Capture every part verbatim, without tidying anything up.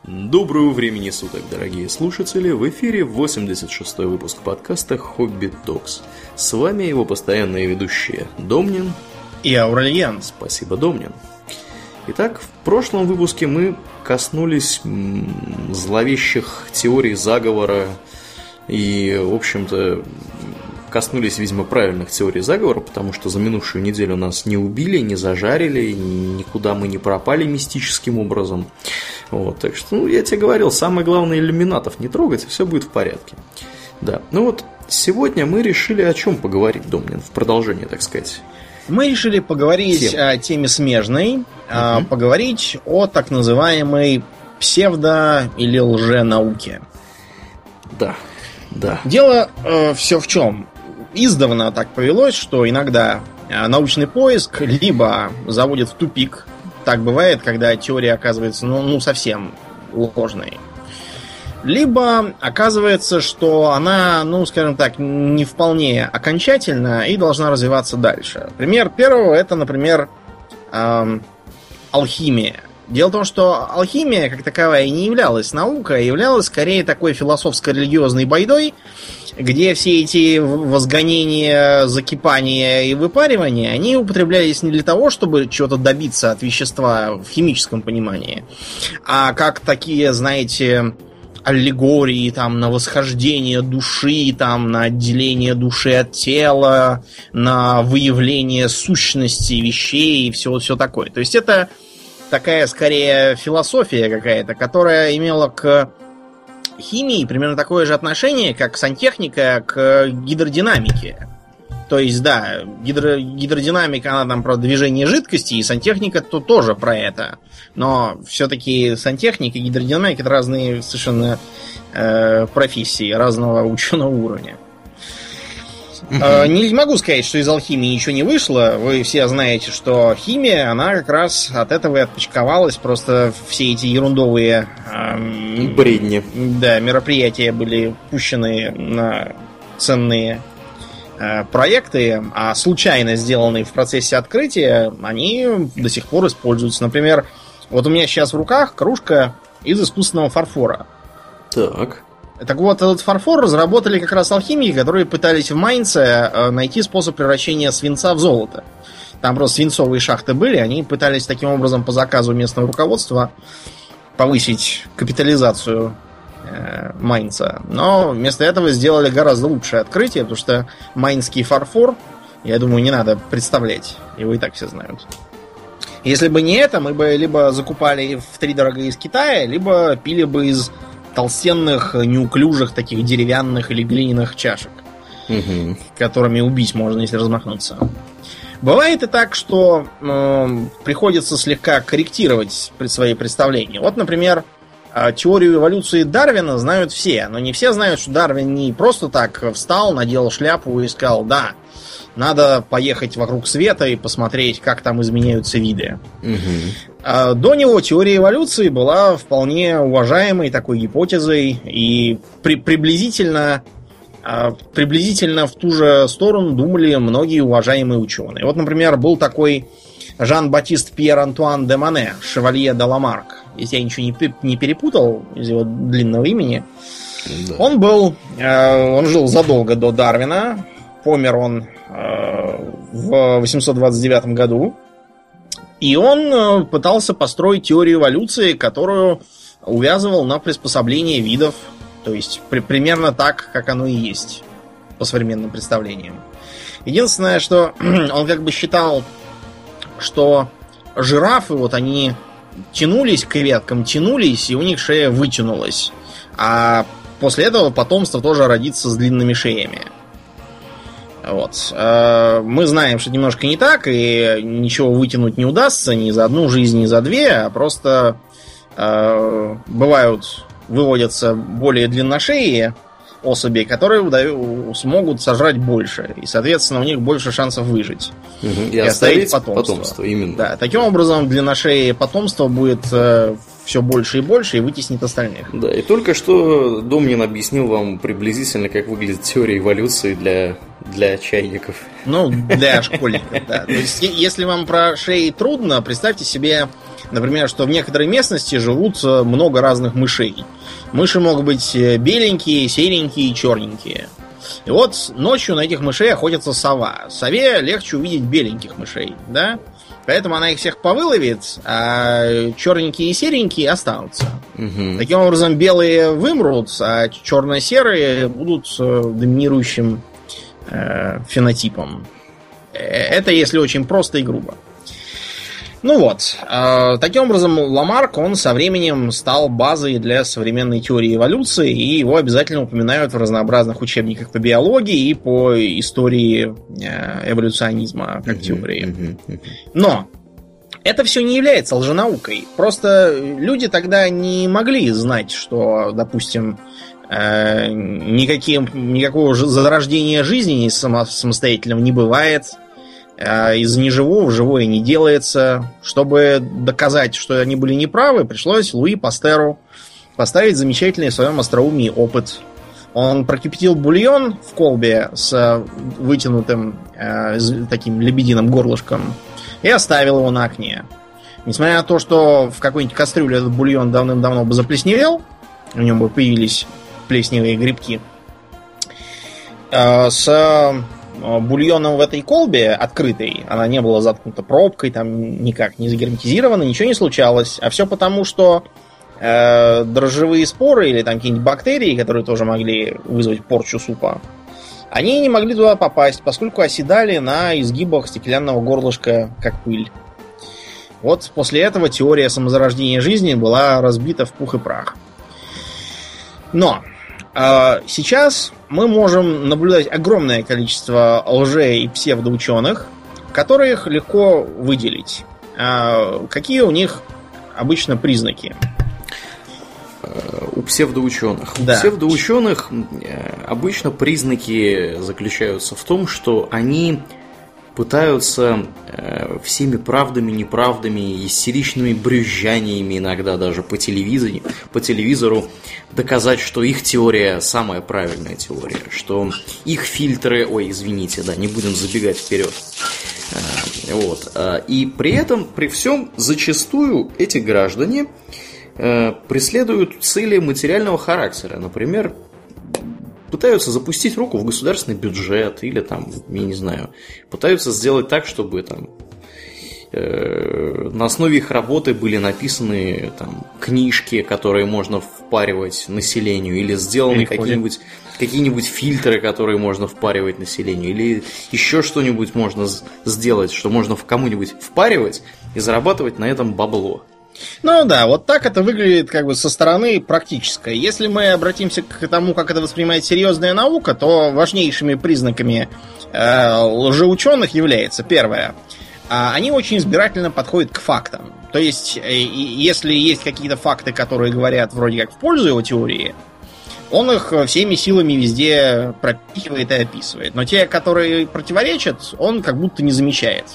Доброго времени суток, дорогие слушатели! В эфире восемьдесят шестой выпуск подкаста «Хобби Токс». С вами его постоянные ведущие Домнин и Аурельян. Спасибо, Домнин. Итак, в прошлом выпуске мы коснулись м- зловещих теорий заговора и, в общем-то, коснулись, видимо, правильных теорий заговора, потому что за минувшую неделю нас не убили, не зажарили, никуда мы не пропали мистическим образом. Вот, так что, ну, я тебе говорил, самое главное, иллюминатов не трогать, и все будет в порядке. Да, ну вот, сегодня мы решили о чем поговорить, Домнин, в продолжение, так сказать. Мы решили поговорить Тем. о теме смежной, угу. а, поговорить о так называемой псевдо- или лженауке. Да, да. Дело э, все в чем. Издавна так повелось, что иногда научный поиск либо заводит в тупик. Так бывает, когда теория оказывается ну, ну совсем ложной. Либо оказывается, что она, ну, скажем так, не вполне окончательна и должна развиваться дальше. Пример первого — это, например, эм, алхимия. Дело в том, что алхимия, как таковая, не являлась наукой, а являлась скорее такой философско-религиозной байдой, где все эти возгонения, закипания и выпаривания, они употреблялись не для того, чтобы чего-то добиться от вещества в химическом понимании, а как такие, знаете, аллегории там, на восхождение души, там, на отделение души от тела, на выявление сущности вещей и все, все такое. То есть это такая, скорее, философия какая-то, которая имела к химии примерно такое же отношение, как сантехника к гидродинамике. То есть, да, гидро, гидродинамика, она там про движение жидкости, и сантехника тут тоже про это. Но все-таки сантехника и гидродинамика — это разные совершенно э, профессии, разного ученого уровня. Uh-huh. Не могу сказать, что из алхимии ничего не вышло. Вы все знаете, что химия, она как раз от этого и отпочковалась. Просто все эти ерундовые эм, бредни. Да, мероприятия были пущены на ценные э, проекты, а случайно сделанные в процессе открытия, они до сих пор используются. Например, вот у меня сейчас в руках кружка из искусственного фарфора. Так. Так вот, этот фарфор разработали как раз алхимики, которые пытались в Майнце найти способ превращения свинца в золото. Там просто свинцовые шахты были, они пытались таким образом по заказу местного руководства повысить капитализацию э, Майнца. Но вместо этого сделали гораздо лучшее открытие, потому что майнский фарфор, я думаю, не надо представлять, его и так все знают. Если бы не это, мы бы либо закупали втридорога из Китая, либо пили бы из толстенных, неуклюжих таких деревянных или глиняных чашек, угу. которыми убить можно, если размахнуться. Бывает и так, что э, приходится слегка корректировать свои представления. Вот, например, теорию эволюции Дарвина знают все, но не все знают, что Дарвин не просто так встал, надел шляпу и сказал: да, надо поехать вокруг света и посмотреть, как там изменяются виды. Угу. До него теория эволюции была вполне уважаемой такой гипотезой, и при, приблизительно, приблизительно в ту же сторону думали многие уважаемые ученые. Вот, например, был такой Жан-Батист Пьер-Антуан де Моне, шевалье де Ламарк. Если я ничего не, не перепутал из его длинного имени. Да. Он был, он жил задолго до Дарвина. Помер он в восемьсот двадцать девятом году. И он пытался построить теорию эволюции, которую увязывал на приспособление видов. То есть при, примерно так, как оно и есть по современным представлениям. Единственное, что он как бы считал, что жирафы, вот они тянулись к веткам, тянулись, и у них шея вытянулась. А после этого потомство тоже родится с длинными шеями. Вот. Мы знаем, что немножко не так, и ничего вытянуть не удастся ни за одну жизнь, ни за две, а просто э, бывают, выводятся более длинношеие особи, которые смогут сожрать больше, и, соответственно, у них больше шансов выжить. Угу. И, и оставить потомство. потомство именно. Да, таким образом, длинношеее потомство будет э, все больше и больше и вытеснит остальных. Да, и только что Домнин объяснил вам приблизительно, как выглядит теория эволюции для для чайников. Ну, для школьников, да. То есть, если вам про шеи трудно, представьте себе, например, что в некоторой местности живут много разных мышей. Мыши могут быть беленькие, серенькие, черненькие. И вот ночью на этих мышей охотится сова. Сове легче увидеть беленьких мышей, да? Поэтому она их всех повыловит, а черненькие и серенькие останутся. Угу. Таким образом, белые вымрут, а черно-серые будут доминирующим э, фенотипом. Это если очень просто и грубо. Ну вот, э, таким образом, Ламарк, он со временем стал базой для современной теории эволюции, и его обязательно упоминают в разнообразных учебниках по биологии и по истории э, эволюционизма как теории. Но это все не является лженаукой. Просто люди тогда не могли знать, что, допустим, э, никаким, никакого зарождения жизни само, самостоятельного не бывает. Из неживого живое не делается. Чтобы доказать, что они были неправы, пришлось Луи Пастеру поставить замечательный в своем остроумии опыт. Он прокипятил бульон в колбе с вытянутым э, таким лебединым горлышком и оставил его на окне. Несмотря на то, что в какой-нибудь кастрюле этот бульон давным-давно бы заплесневел, в нем бы появились плесневые грибки, э, с бульоном в этой колбе открытой, она не была заткнута пробкой, там никак не загерметизирована, ничего не случалось. А все потому, что э, дрожжевые споры или там какие-нибудь бактерии, которые тоже могли вызвать порчу супа, они не могли туда попасть, поскольку оседали на изгибах стеклянного горлышка, как пыль. Вот после этого теория самозарождения жизни была разбита в пух и прах. Но э, сейчас мы можем наблюдать огромное количество лже- и псевдоученых, которых легко выделить. Э, какие у них обычно признаки? У псевдоученых. Да. У псевдоученых обычно признаки заключаются в том, что они пытаются всеми правдами, неправдами, истеричными брюзжаниями, иногда даже по телевизору, по телевизору доказать, что их теория самая правильная теория, что их фильтры... Ой, извините, да, не будем забегать вперед. Вот. И при этом, при всем, зачастую эти граждане преследуют цели материального характера. Например, пытаются запустить руку в государственный бюджет или там, я не знаю, пытаются сделать так, чтобы там э, на основе их работы были написаны там книжки, которые можно впаривать населению, или сделаны какие-нибудь, какие-нибудь фильтры, которые можно впаривать населению, или еще что-нибудь можно сделать, что можно в кому-нибудь впаривать и зарабатывать на этом бабло. Ну да, вот так это выглядит как бы со стороны практической. Если мы обратимся к тому, как это воспринимает серьезная наука, то важнейшими признаками э, лжеученых является первое. Они очень избирательно подходят к фактам. То есть, э, если есть какие-то факты, которые говорят вроде как в пользу его теории, он их всеми силами везде пропихивает и описывает. Но те, которые противоречат, он как будто не замечает.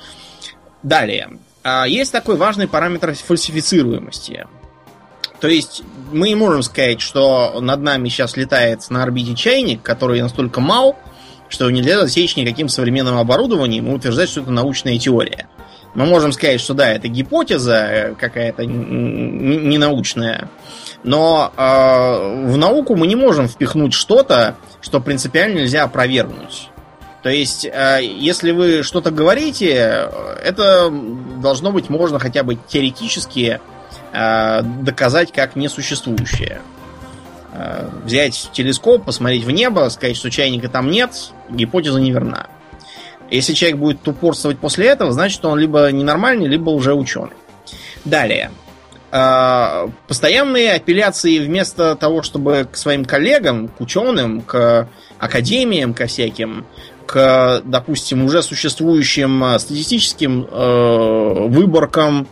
Далее. Есть такой важный параметр фальсифицируемости. То есть мы не можем сказать, что над нами сейчас летает на орбите чайник, который настолько мал, что нельзя засечь никаким современным оборудованием и утверждать, что это научная теория. Мы можем сказать, что да, это гипотеза какая-то ненаучная, но э, в науку мы не можем впихнуть что-то, что принципиально нельзя опровергнуть. То есть, если вы что-то говорите, это должно быть можно хотя бы теоретически доказать как несуществующее. Взять телескоп, посмотреть в небо, сказать, что чайника там нет, гипотеза неверна. Если человек будет упорствовать после этого, значит, он либо ненормальный, либо лжеученый. Далее. Постоянные апелляции вместо того, чтобы к своим коллегам, к ученым, к академиям, ко всяким, к, допустим, уже существующим статистическим э, выборкам,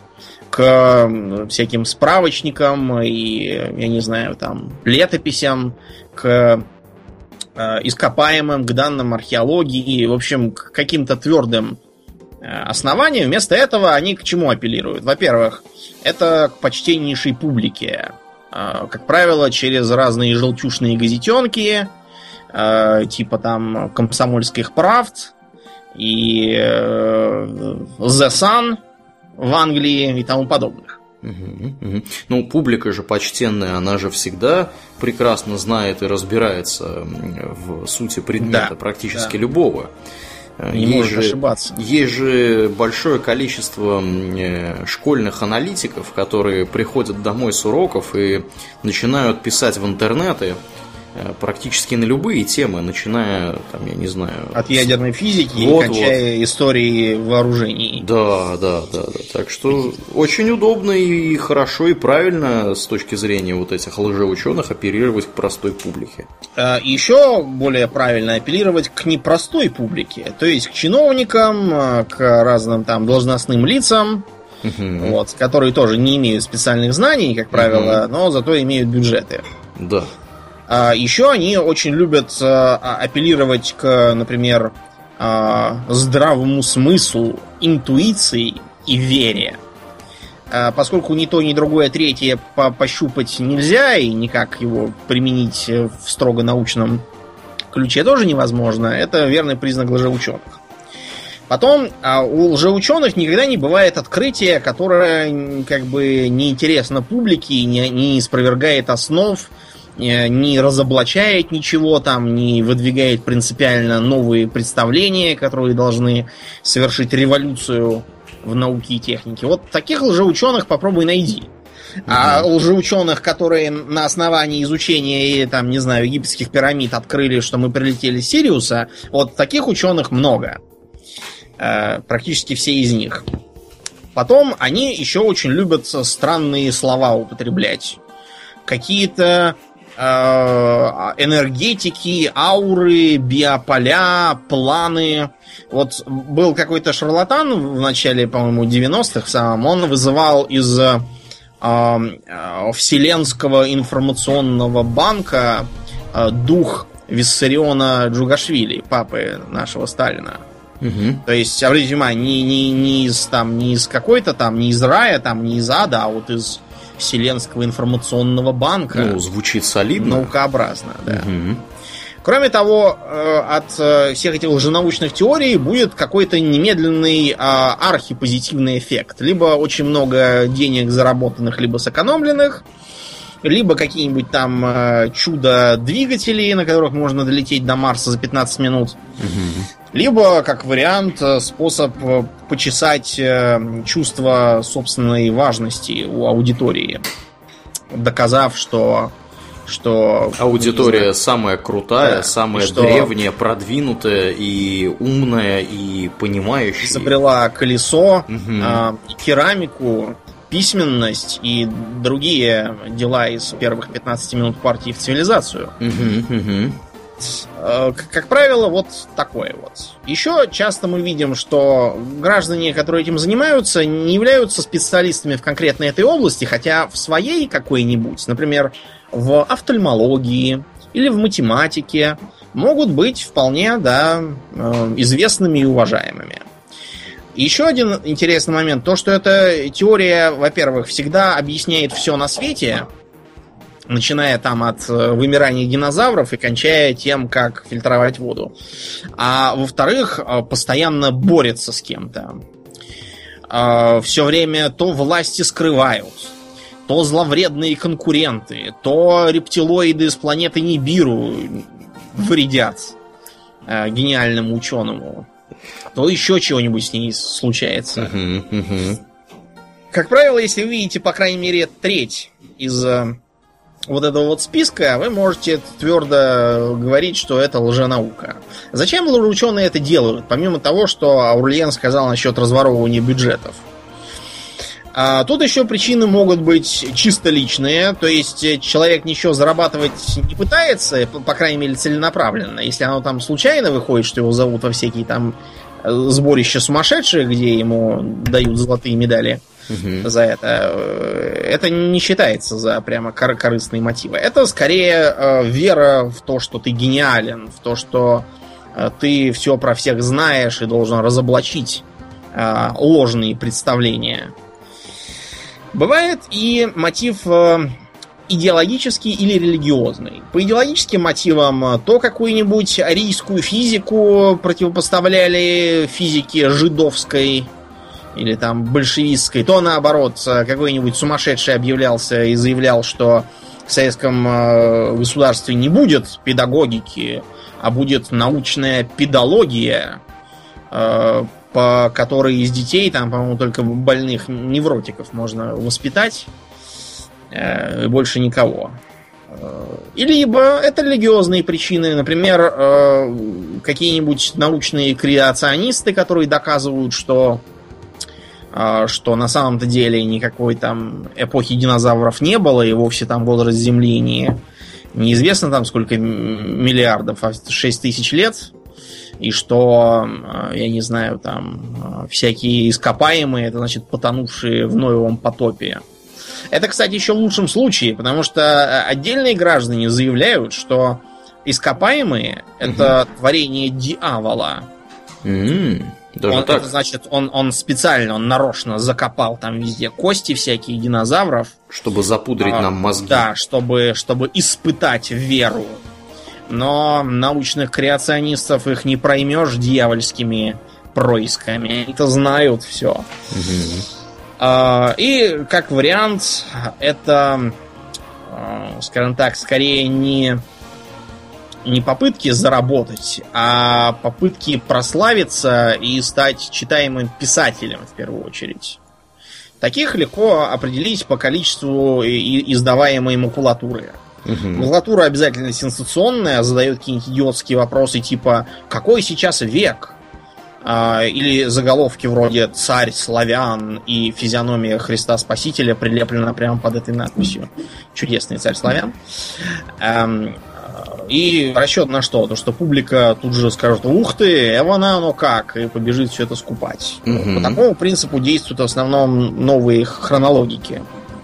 к всяким справочникам и, я не знаю, там, летописям, к э, ископаемым, к данным археологии, в общем, к каким-то твердым основаниям. Вместо этого они к чему апеллируют? Во-первых, это к почтеннейшей публике. Как правило, через разные желтушные газетенки, э, типа там «Комсомольских правд» и э, «The Sun» в Англии и тому подобных. Угу, угу. Ну, публика же почтенная, она же всегда прекрасно знает и разбирается в сути предмета, да, практически да. любого. Не есть может же, ошибаться. Есть же большое количество школьных аналитиков, которые приходят домой с уроков и начинают писать в интернеты практически на любые темы, начиная, там, я не знаю... От ядерной физики вот, и кончая вот. историей вооружений. Да, да, да, да. Так что очень удобно и хорошо, и правильно с точки зрения вот этих лжеученых оперировать к простой публике. Еще более правильно апеллировать к непростой публике, то есть к чиновникам, к разным там должностным лицам, uh-huh. вот, которые тоже не имеют специальных знаний, как правило, uh-huh. но зато имеют бюджеты. Да. Еще они очень любят апеллировать к, например, здравому смыслу, интуиции и вере. Поскольку ни то, ни другое третье пощупать нельзя и никак его применить в строго научном ключе тоже невозможно, это верный признак лжеученых. Потом у лжеученых никогда не бывает открытия, которое как бы неинтересно публике, не, не спровергает основ, не разоблачает ничего там, не выдвигает принципиально новые представления, которые должны совершить революцию в науке и технике. Вот таких лжеученых попробуй найди. Mm-hmm. А лжеученых, которые на основании изучения, там, не знаю, египетских пирамид открыли, что мы прилетели с Сириуса, вот таких ученых много. Э, практически все из них. Потом они еще очень любят странные слова употреблять. Какие-то энергетики, ауры, биополя, планы. Вот был какой-то шарлатан в начале, по-моему, девяностых в самом, он вызывал из э, э, Вселенского информационного банка э, дух Виссариона Джугашвили, папы нашего Сталина. Угу. То есть, обратите внимание, не, не, не из там, не из какой-то там, не из рая, там, не из ада, а вот из Вселенского информационного банка. Ну, звучит солидно. Наукообразно, да. Угу. Кроме того, от всех этих лженаучных теорий будет какой-то немедленный архипозитивный эффект. Либо очень много денег заработанных, либо сэкономленных, либо какие-нибудь там чудо-двигатели, на которых можно долететь до Марса за пятнадцать минут. Угу. Либо, как вариант, способ почесать чувство собственной важности у аудитории, доказав, что... что аудитория самая крутая, да, самая что древняя, продвинутая и умная, и понимающая. Изобрела колесо, угу. керамику, письменность и другие дела из первых пятнадцати минут партии в цивилизацию. Угу, угу. Как правило, вот такое вот. Еще часто мы видим, что граждане, которые этим занимаются, не являются специалистами в конкретной этой области, хотя в своей какой-нибудь, например, в офтальмологии или в математике, могут быть вполне, да, известными и уважаемыми. Еще один интересный момент, то, что эта теория, во-первых, всегда объясняет все на свете, начиная там от вымирания динозавров и кончая тем, как фильтровать воду. А во-вторых, постоянно борется с кем-то. Все время то власти скрывают, то зловредные конкуренты, то рептилоиды с планеты Нибиру вредят гениальному ученому, то еще чего-нибудь с ней случается. Uh-huh, uh-huh. Как правило, если вы видите, по крайней мере, треть из вот этого вот списка, вы можете твердо говорить, что это лженаука. Зачем лжеученые это делают? Помимо того, что Аурлиен сказал насчет разворовывания бюджетов. А тут еще причины могут быть чисто личные. То есть человек ничего зарабатывать не пытается, по крайней мере целенаправленно. Если оно там случайно выходит, что его зовут во всякие там сборища сумасшедших, где ему дают золотые медали угу. за это, это не считается за прямо кор- корыстные мотивы. Это скорее э, вера в то, что ты гениален, в то, что э, ты все про всех знаешь и должен разоблачить э, ложные представления. Бывает и мотив э, идеологический или религиозный. По идеологическим мотивам то какую-нибудь арийскую физику противопоставляли физике жидовской или там большевистской, то наоборот какой-нибудь сумасшедший объявлялся и заявлял, что в советском государстве не будет педагогики, а будет научная педология, по которой из детей, там, по-моему, только больных невротиков можно воспитать, и больше никого. И либо это религиозные причины, например, какие-нибудь научные креационисты, которые доказывают, что, что на самом-то деле никакой там эпохи динозавров не было, и вовсе там возраст Земли не, неизвестно там сколько миллиардов, а шесть тысяч лет. И что, я не знаю, там всякие ископаемые, это значит потонувшие в Ноевом потопе. Это, кстати, еще в лучшем случае, потому что отдельные граждане заявляют, что ископаемые — это угу. творение дьявола. Mm-hmm. Даже он, так? Это значит, он, он специально, он нарочно закопал там везде кости всякие динозавров. Чтобы запудрить а, нам мозги. Да, чтобы, чтобы испытать веру. Но научных креационистов их не проймешь дьявольскими происками. Это знают все. Угу. А, и как вариант, это, скажем так, скорее не, не попытки заработать, а попытки прославиться и стать читаемым писателем в первую очередь. Таких легко определить по количеству издаваемой макулатуры. Угу. Макулатура обязательно сенсационная, задает какие-нибудь идиотские вопросы типа «Какой сейчас век?» а, или заголовки вроде «Царь славян» и физиономия Христа Спасителя прилеплена прямо под этой надписью. Чудесный царь славян. Эм, и расчет на что? То, что публика тут же скажет «Ух ты, эвана, оно как!» и побежит все это скупать. Угу. По такому принципу действуют в основном новые хронологики.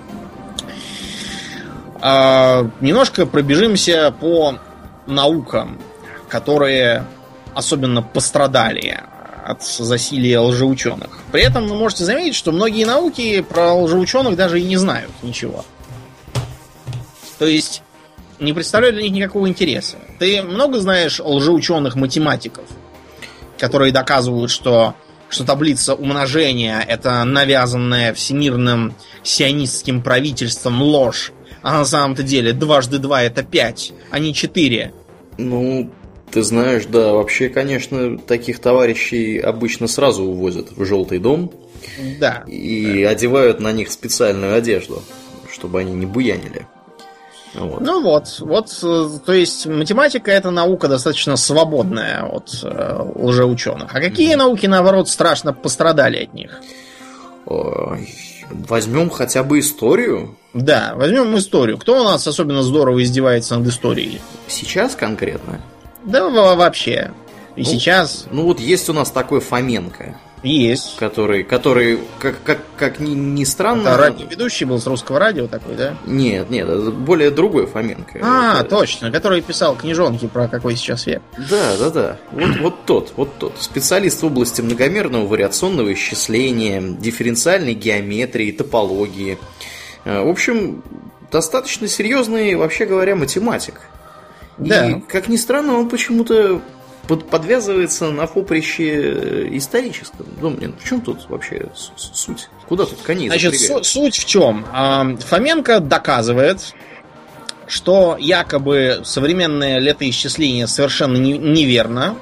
Uh, немножко пробежимся по наукам, которые особенно пострадали от засилия лжеученых. При этом вы можете заметить, что многие науки про лжеученых даже и не знают ничего. То есть не представляют для них никакого интереса. Ты много знаешь лжеученых-математиков, которые доказывают, что, что таблица умножения — это навязанная всемирным сионистским правительством ложь, а на самом-то деле дважды два это пять, а не четыре. Ну, ты знаешь, да, вообще, конечно, таких товарищей обычно сразу увозят в желтый дом. Да. И да. одевают на них специальную одежду, чтобы они не буянили. Вот. Ну вот, вот, то есть математика — это наука достаточно свободная от э, лжеученых. А какие mm-hmm. науки, наоборот, страшно пострадали от них? Ой, возьмем хотя бы историю. Да, возьмем историю. Кто у нас особенно здорово издевается над историей? Сейчас конкретно? Да вообще. И ну, сейчас. Ну вот есть у нас такой Фоменко. Есть. Который, который как, как, как ни, ни странно... Это радиоведущий был с русского радио такой, да? Нет, нет, более другой Фоменко. А, это... точно, который писал книжонки про какой сейчас век. Да, да, да. Вот, вот тот, вот тот. Специалист в области многомерного вариационного исчисления, дифференциальной геометрии, топологии. В общем, достаточно серьезный, вообще говоря, математик. Да. И, как ни странно, он почему-то под, подвязывается на поприще историческом. Ну, блин, в чем тут вообще суть? Куда тут коней Значит, су- суть в чем? Фоменко доказывает, что якобы современное летоисчисление совершенно не- неверно.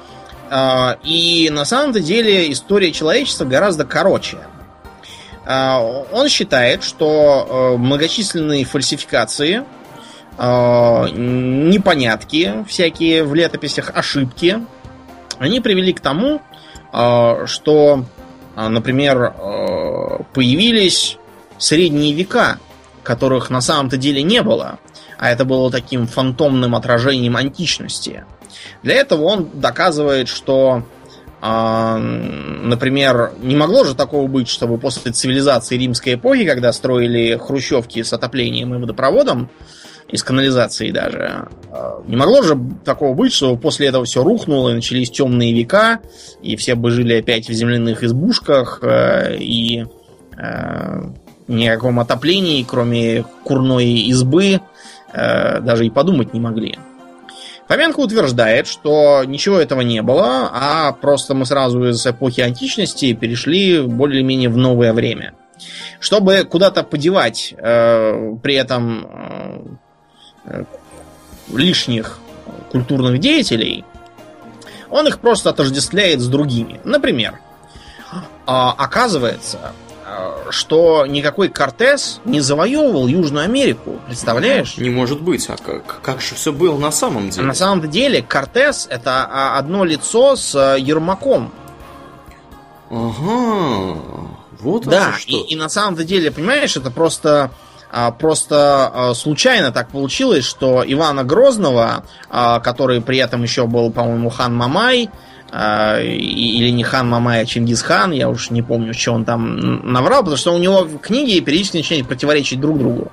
И на самом-то деле история человечества гораздо короче. Он считает, что многочисленные фальсификации, непонятки всякие в летописях, ошибки, они привели к тому, что, например, появились средние века, которых на самом-то деле не было, а это было таким фантомным отражением античности. Для этого он доказывает, что, например, не могло же такого быть, чтобы после цивилизации римской эпохи, когда строили хрущевки с отоплением и водопроводом, из канализации даже, не могло же такого быть, что после этого все рухнуло, и начались темные века, и все бы жили опять в земляных избушках, и ни о каком отоплении, кроме курной избы, э, даже и подумать не могли. Фоменко утверждает, что ничего этого не было, а просто мы сразу из эпохи античности перешли более-менее в новое время. Чтобы куда-то подевать э, при этом э, лишних культурных деятелей, он их просто отождествляет с другими. Например, э, оказывается, что никакой Кортес не завоевывал Южную Америку. Представляешь? Не может быть. А как, как же все было на самом деле? На самом деле Кортес — это одно лицо с Ермаком. Ага. Вот да, это что. И, и на самом деле, понимаешь, это просто, просто случайно так получилось, что Ивана Грозного, который при этом еще был, по-моему, хан Мамай, или не хан Мамай, а Чингисхан, я уж не помню, что он там наврал, потому что у него книги периодически начинают противоречить друг другу.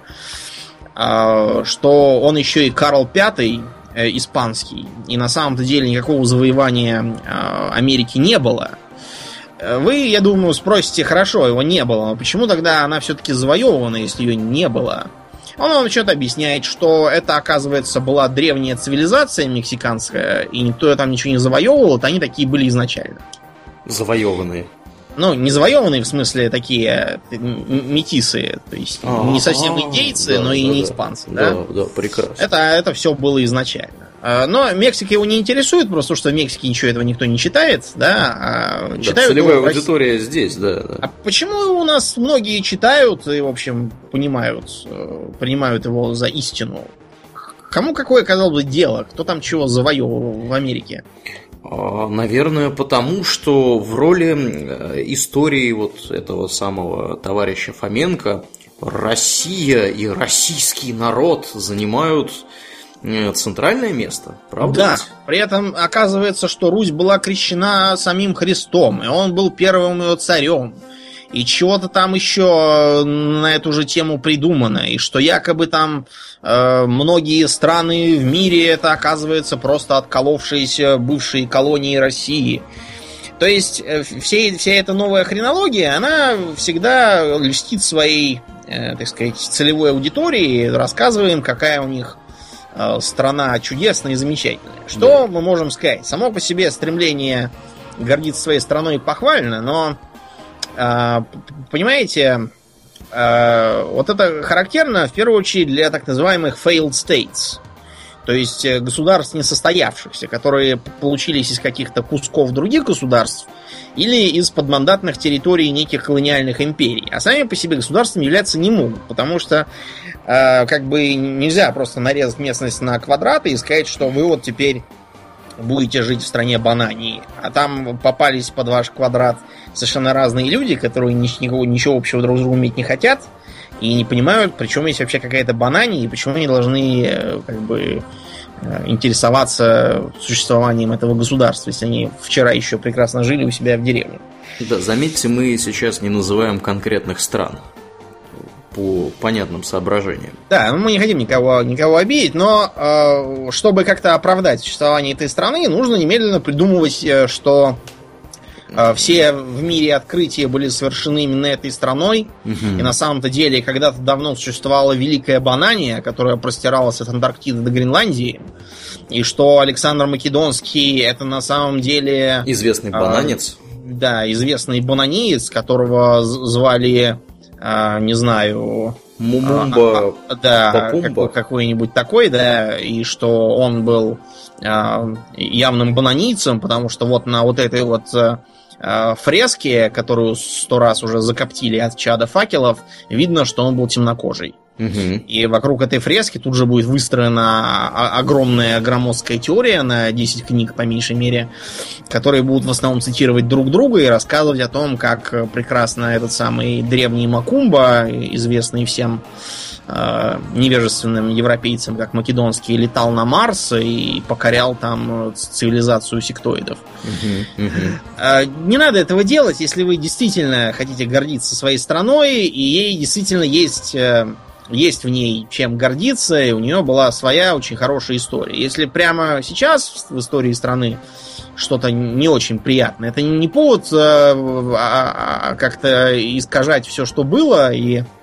Что он еще и Карл Пятый испанский, и на самом-то деле никакого завоевания Америки не было. Вы, я думаю, спросите, хорошо, его не было, но почему тогда она все-таки завоевана, если ее не было? Он вам что-то объясняет, что это, оказывается, была древняя цивилизация мексиканская, и никто там ничего не завоевывал, это они такие были изначально. Завоеванные. Ну, не завоеванные, в смысле, такие метисы, то есть А-а-а, не совсем индейцы, да, но и да, не испанцы. Да, да, да, прекрасно. Это, это все было изначально. Но Мексика его не интересует, просто потому что в Мексике ничего этого никто не читает, да. А да, целевая аудитория здесь, да, да. А почему у нас многие читают и, в общем, понимают, принимают его за истину? Кому какое, казалось бы, дело? Кто там чего завоевывал в Америке? Наверное, потому что в роли истории вот этого самого товарища Фоменко Россия и российский народ занимают центральное место, правда? Да, ведь? При этом оказывается, что Русь была крещена самим Христом, и он был первым ее царем. И чего-то там еще на эту же тему придумано, и что якобы там э, многие страны в мире это, оказывается, просто отколовшиеся бывшие колонии России. То есть э, все, вся эта новая хронология, она всегда льстит своей, э, так сказать, целевой аудитории, рассказывая им, какая у них э, страна чудесная и замечательная. Что да. мы можем сказать? Само по себе стремление гордиться своей страной похвально, но понимаете, вот это характерно в первую очередь для так называемых failed states, то есть государств несостоявшихся, которые получились из каких-то кусков других государств или из подмандатных территорий неких колониальных империй, а сами по себе государствами являться не могут, потому что как бы нельзя просто нарезать местность на квадраты и сказать, что вы вот теперь будете жить в стране Банании, а там попались под ваш квадрат совершенно разные люди, которые ничего, ничего общего друг с другом иметь не хотят и не понимают, причем есть вообще какая-то Банания, и почему они должны как бы интересоваться существованием этого государства, если они вчера еще прекрасно жили у себя в деревне. Да, заметьте, мы сейчас не называем конкретных стран по понятным соображениям. Да, мы не хотим никого, никого обидеть, но э, чтобы как-то оправдать существование этой страны, нужно немедленно придумывать, что э, все в мире открытия были совершены именно этой страной. Угу. И на самом-то деле когда-то давно существовала Великая Банания, которая простиралась от Антарктиды до Гренландии. И что Александр Македонский — это на самом деле... Известный бананец. Э, да, известный бананиец, которого звали... А, не знаю, Мумумба, а, да, какой, какой-нибудь такой, да, и что он был а, явным бананийцем, потому что вот на вот этой вот а, фреске, которую сто раз уже закоптили от чада факелов, видно, что он был темнокожий. Угу. И вокруг этой фрески тут же будет выстроена огромная громоздкая теория на десять книг, по меньшей мере, которые будут в основном цитировать друг друга и рассказывать о том, как прекрасно этот самый древний Макумба, известный всем э, невежественным европейцам, как Македонский, летал на Марс и покорял там цивилизацию сектоидов. Угу, угу. Э, не надо этого делать, если вы действительно хотите гордиться своей страной, и ей действительно есть... Э, Есть в ней чем гордиться, и у нее была своя очень хорошая история. Если прямо сейчас в истории страны что-то не очень приятное, это не повод а, а, а, как-то искажать все, что было, и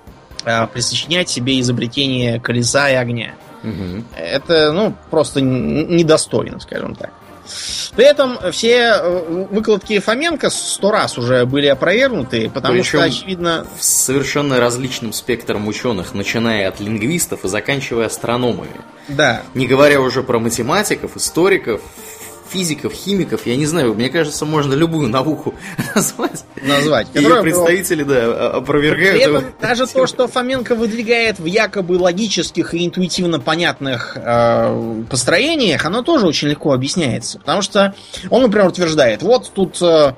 э, присочинять себе изобретение колеса и огня. Угу. Это, ну, просто недостойно, скажем так. При этом все выкладки Фоменко сто раз уже были опровергнуты, потому Причем что, очевидно... с совершенно различным спектром ученых, начиная от лингвистов и заканчивая астрономами. Да. Не говоря уже про математиков, историков, физиков, химиков, я не знаю, мне кажется, можно любую науку назвать. Назвать. Ее представители, да, опровергают. При этом даже то, что Фоменко выдвигает в якобы логических и интуитивно понятных э, построениях, оно тоже очень легко объясняется. Потому что он, например, утверждает, вот тут э,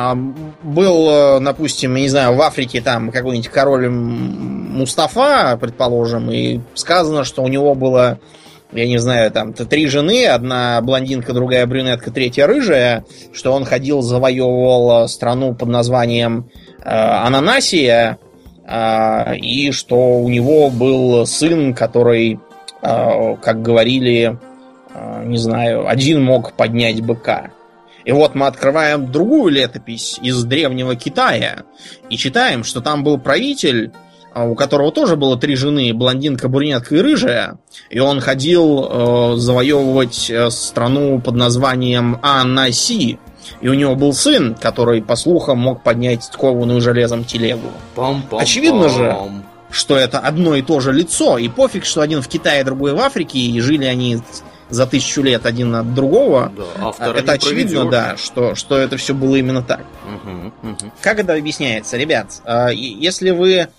был, допустим, я не знаю, в Африке там какой-нибудь король Мустафа, предположим, и сказано, что у него было... я не знаю, там три жены, одна блондинка, другая брюнетка, третья рыжая, что он ходил, завоевывал страну под названием э, Ананасия, э, и что у него был сын, который, э, как говорили, э, не знаю, один мог поднять быка. И вот мы открываем другую летопись из древнего Китая и читаем, что там был правитель, у которого тоже было три жены, блондинка, брюнетка и рыжая, и он ходил э, завоевывать страну под названием Анаси, и у него был сын, который, по слухам, мог поднять кованую железом телегу. Пам-пам-пам. Очевидно же, что это одно и то же лицо, и пофиг, что один в Китае, другой в Африке, и жили они за тысячу лет один от другого. Да, это очевидно, проведешь. Да, что, что это все было именно так. Угу, угу. Как это объясняется? Ребят, э, если вы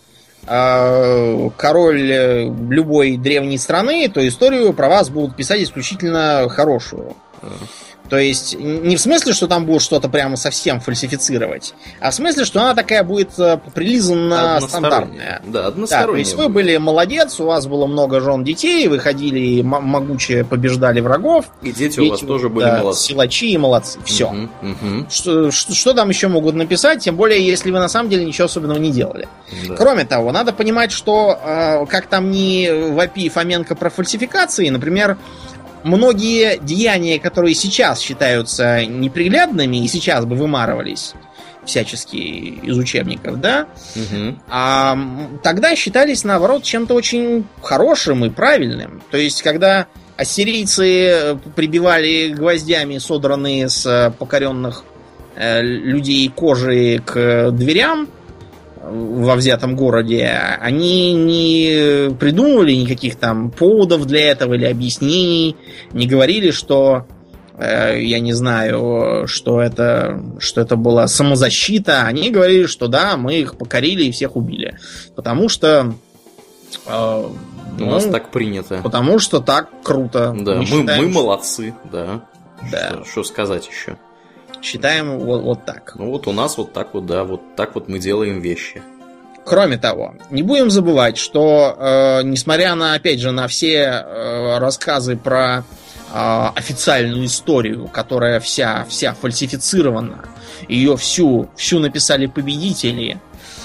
король любой древней страны, то историю про вас будут писать исключительно хорошую. То есть не в смысле, что там будут что-то прямо совсем фальсифицировать, а в смысле, что она такая будет прилизанно стандартная. Да, односторонняя. Да, то есть вы были молодец, у вас было много жен, детей, вы ходили могуче, побеждали врагов. И дети у вас тоже были да, молодцы. Силачи и молодцы. Все. Угу, угу. Что, что, что там еще могут написать, тем более, если вы на самом деле ничего особенного не делали. Да. Кроме того, надо понимать, что э, как там ни вопи Фоменко про фальсификации, например, многие деяния, которые сейчас считаются неприглядными и сейчас бы вымарывались всячески из учебников, да, угу. а тогда считались, наоборот, чем-то очень хорошим и правильным. То есть, когда ассирийцы прибивали гвоздями содранные с покоренных э, людей кожи к дверям во взятом городе, они не придумывали никаких там поводов для этого или объяснений, не говорили, что э, я не знаю, что это, что это была самозащита. Они говорили, что да, мы их покорили и всех убили. Потому что э, у ну, нас так принято. Потому что так круто. Да, мы, мы, считаем, мы молодцы, да. Да. Что, что сказать еще? Считаем вот, вот так. Ну вот у нас вот так вот, да, вот так вот мы делаем вещи. Кроме того, не будем забывать, что э, несмотря на, опять же, на все э, рассказы про э, официальную историю, которая вся, вся фальсифицирована, ее всю, всю написали победители.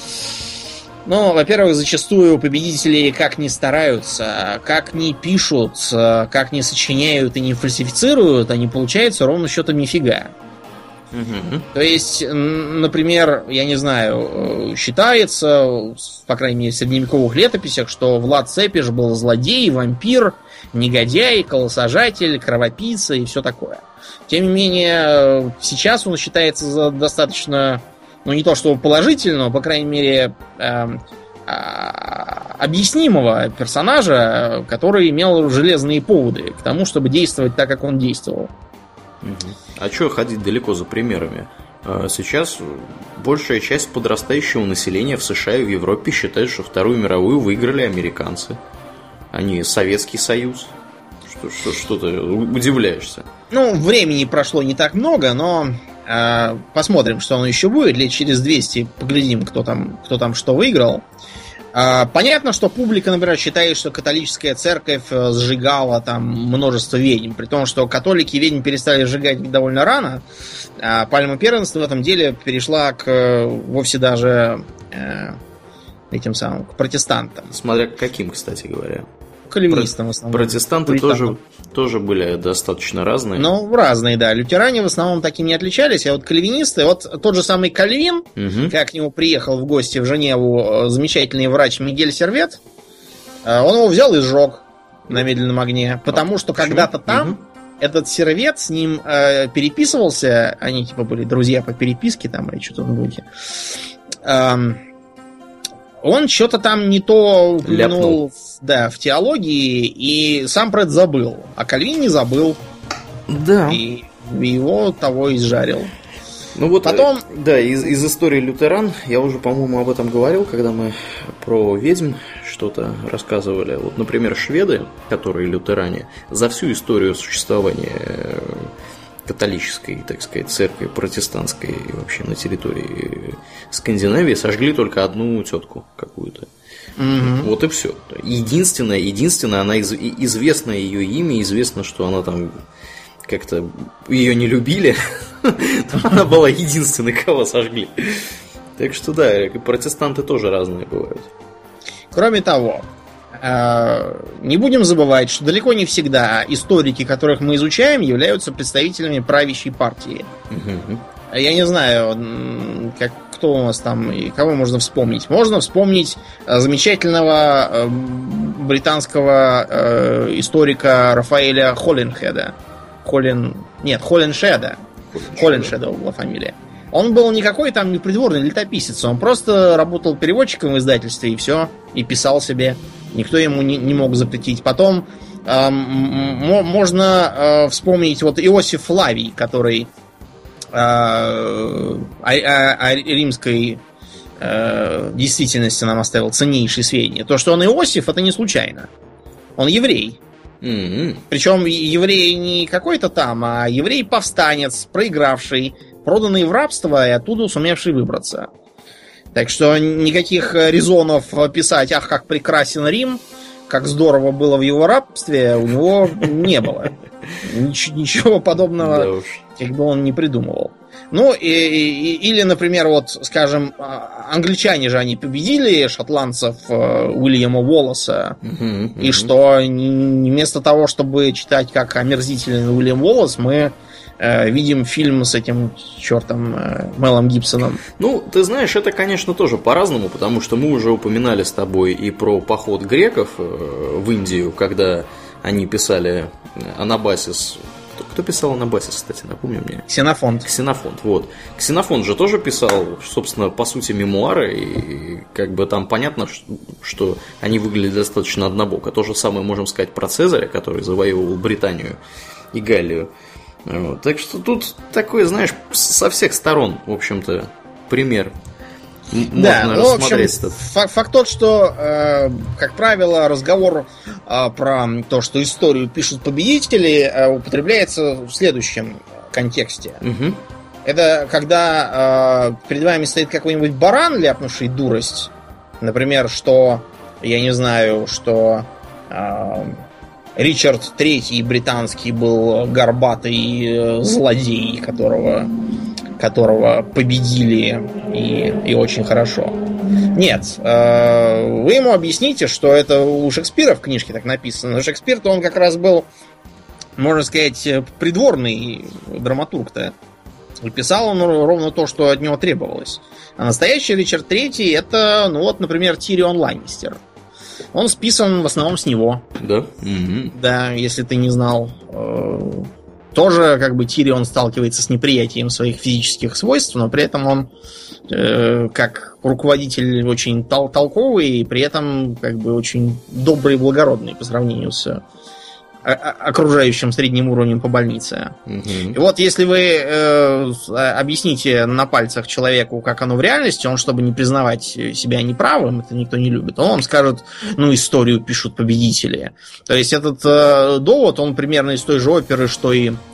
Ну, во-первых, зачастую победители как ни стараются, как ни пишут, как ни сочиняют и не фальсифицируют, они получаются ровно счетом нифига. Угу. То есть, например, я не знаю, считается, по крайней мере, в средневековых летописях, что Влад Цепиш был злодей, вампир, негодяй, колосожатель, кровопийца и все такое. Тем не менее, сейчас он считается за достаточно, ну не то что положительного, по крайней мере, э, э, объяснимого персонажа, который имел железные поводы к тому, чтобы действовать так, как он действовал. А что ходить далеко за примерами? Сейчас большая часть подрастающего населения в США и в Европе считает, что Вторую мировую выиграли американцы, а не Советский Союз. Что, что, что ты удивляешься? Ну, времени прошло не так много, но э, посмотрим, что оно еще будет. Лет через двести поглядим, кто там, кто там что выиграл. Понятно, что публика, например, считает, что католическая церковь сжигала там множество ведьм, при том, что католики ведьм перестали сжигать довольно рано, а пальма первенства в этом деле перешла к вовсе даже э, этим самым, к протестантам. Смотря к каким, кстати говоря. кальвинистам в основном. Протестанты тоже, тоже были достаточно разные. Ну, разные, да. Лютеране в основном таким не отличались, а вот кальвинисты, вот тот же самый Кальвин, угу. как к нему приехал в гости в Женеву замечательный врач Мигель Сервет, он его взял и сжег на медленном огне, потому что Почему? когда-то там угу. этот Сервет с ним э, переписывался, они типа были друзья по переписке там или что-то в духе. Эм, он что-то там не то упомянул да, в теологии, и сам про это забыл. А Кальвин не забыл. Да. И его того изжарил. Ну вот, Потом... да, из, из истории лютеран, я уже, по-моему, об этом говорил, когда мы про ведьм что-то рассказывали. Вот, например, шведы, которые лютеране, за всю историю существования католической, так сказать, церкви, протестантской вообще на территории Скандинавии сожгли только одну тетку какую-то. Угу. Вот и все. Единственное, единственное, она из, известно ее имя, известно, что она там как-то ее не любили. Она была единственной, кого сожгли. Так что да, протестанты тоже разные бывают. Кроме того, не будем забывать, что далеко не всегда историки, которых мы изучаем, являются представителями правящей партии. Угу. Я не знаю, как, кто у нас там, и кого можно вспомнить. Можно вспомнить замечательного британского историка Рафаэля Холлинхеда. Холлин... Нет, Холлиншеда. Холлиншеда была фамилия. Он был никакой там не придворный летописец, он просто работал переводчиком в издательстве и все, и писал себе. Никто ему не, не мог запретить. Потом э, можно э, вспомнить вот Иосиф Флавий, который э, о, о, о римской э, действительности нам оставил ценнейшие сведения. То, что он Иосиф, это не случайно. Он еврей. Mm-hmm. Причем еврей не какой-то там, а еврей-повстанец, проигравший, проданный в рабство и оттуда сумевший выбраться. Так что никаких резонов писать, ах, как прекрасен Рим, как здорово было в его рабстве, у него не было. Нич- ничего подобного, как бы он не придумывал. Ну, и, и, или, например, вот, скажем, англичане же они победили шотландцев Уильяма Уоллеса, uh-huh, uh-huh. и что вместо того, чтобы читать как омерзительный Уильям Уоллес, мы э, видим фильм с этим чертом э, Мелом Гибсоном. Ну, ты знаешь, это, конечно, тоже по-разному, потому что мы уже упоминали с тобой и про поход греков в Индию, когда они писали Анабасис. Кто писал Анабасис, кстати, напомни мне? Ксенофонт. Ксенофонт, вот. Ксенофонт же тоже писал, собственно, по сути, мемуары, и как бы там понятно, что они выглядели достаточно однобоко. То же самое можем сказать про Цезаря, который завоевывал Британию и Галлию. Вот. Так что тут такой, знаешь, со всех сторон, в общем-то, пример. Да, можно ну, рассмотреть. В общем, факт, факт тот, что, э, как правило, разговор э, про то, что историю пишут победители, э, употребляется в следующем контексте. Угу. Это когда э, перед вами стоит какой-нибудь баран, ляпнувший дурость. Например, что, я не знаю, что э, Ричард Третий британский был горбатый э, злодей, которого... которого победили и, и очень хорошо. Нет, э, вы ему объясните, что это у Шекспира в книжке так написано. Шекспир-то он как раз был, можно сказать, придворный драматург-то. И писал он ровно то, что от него требовалось. А настоящий Ричард Третий это, ну вот, например, Тирион Ланнистер. Он списан в основном с него. Да? Mm-hmm. Да, если ты не знал. Тоже, как бы, Тирион сталкивается с неприятием своих физических свойств, но при этом он, э, как руководитель, очень тол- толковый и при этом, как бы, очень добрый и благородный по сравнению с окружающим средним уровнем по больнице. Угу. И вот если вы э, объясните на пальцах человеку, как оно в реальности, он, чтобы не признавать себя неправым, это никто не любит, он вам скажет, ну, историю пишут победители. То есть этот э, довод, он примерно из той же оперы, что и э,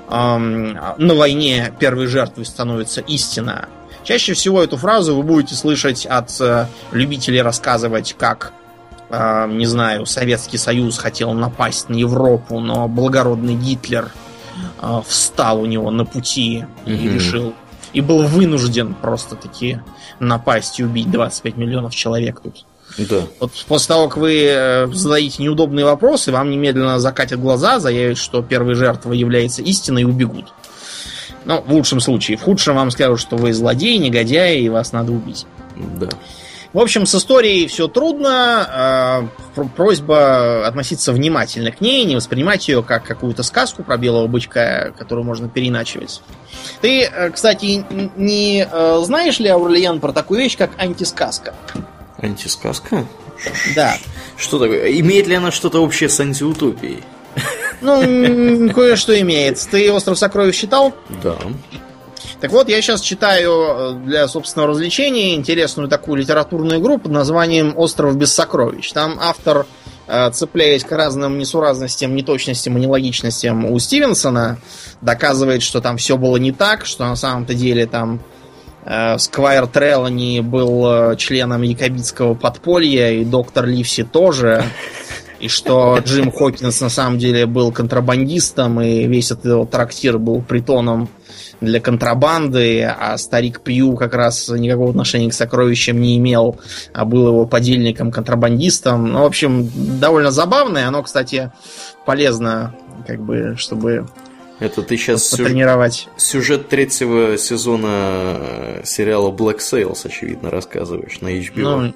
на войне первой жертвой становится истина. Чаще всего эту фразу вы будете слышать от э, любителей рассказывать, как не знаю, Советский Союз хотел напасть на Европу, но благородный Гитлер э, встал у него на пути и mm-hmm. решил, и был вынужден просто-таки напасть и убить двадцать пять миллионов человек тут. Да. Вот после того, как вы задаете неудобные вопросы, вам немедленно закатят глаза, заявят, что первой жертвой является истина, и убегут. Ну, в лучшем случае. В худшем вам скажут, что вы злодей, негодяй, и вас надо убить. Да. В общем, с историей все трудно. Просьба относиться внимательно к ней, не воспринимать ее как какую-то сказку про белого бычка, которую можно переначивать. Ты, кстати, не знаешь ли, Аурлиен, про такую вещь, как антисказка? Антисказка? Да. Что такое? Имеет ли она что-то общее с антиутопией? Ну, кое-что имеет. Ты «Остров сокровищ» читал? Да. Так вот, я сейчас читаю для собственного развлечения интересную такую литературную игру под названием «Остров без сокровищ». Там автор, цепляясь к разным несуразностям, неточностям и нелогичностям у Стивенсона, доказывает, что там все было не так, что на самом-то деле там Сквайр Трелани был членом якобитского подполья, и доктор Ливси тоже, и что Джим Хокинс на самом деле был контрабандистом, и весь этот трактир был притоном для контрабанды, а старик Пью как раз никакого отношения к сокровищам не имел, а был его подельником-контрабандистом. Ну, в общем, довольно забавное. Оно, кстати, полезно, как бы, чтобы это ты сейчас потренировать. Сюжет третьего сезона сериала Black Sails, очевидно, рассказываешь на эйч би о.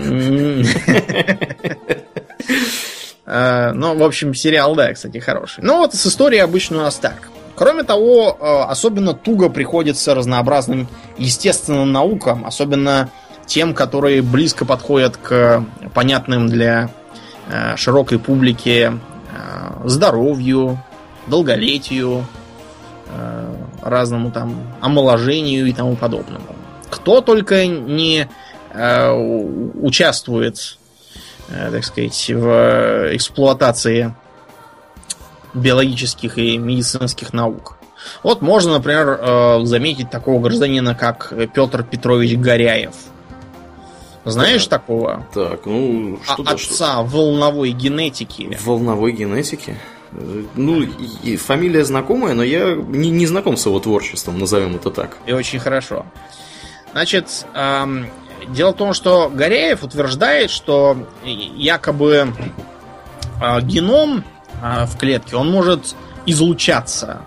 Ну, в общем, сериал, да, кстати, хороший. Ну, вот с историей обычно у нас так. Кроме того, особенно туго приходится разнообразным естественным наукам, особенно тем, которые близко подходят к понятным для широкой публики здоровью, долголетию, разному там омоложению и тому подобному. Кто только не участвует, так сказать, в эксплуатации биологических и медицинских наук. Вот можно, например, заметить такого гражданина, как Петр Петрович Горяев. Знаешь так, такого? Так, ну, что а, Отца что? волновой генетики. Волновой генетики? Ну, и фамилия знакомая, но я не, не знаком с его творчеством, назовем это так. И очень хорошо. Значит, эм, дело в том, что Горяев утверждает, что якобы э, геном в клетке, он может излучаться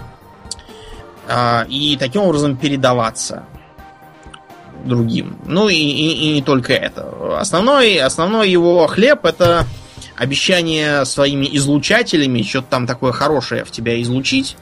а, и таким образом передаваться другим. Ну и, и, и не только это. Основной, основной его хлеб — это обещание своими излучателями что-то там такое хорошее в тебя излучить,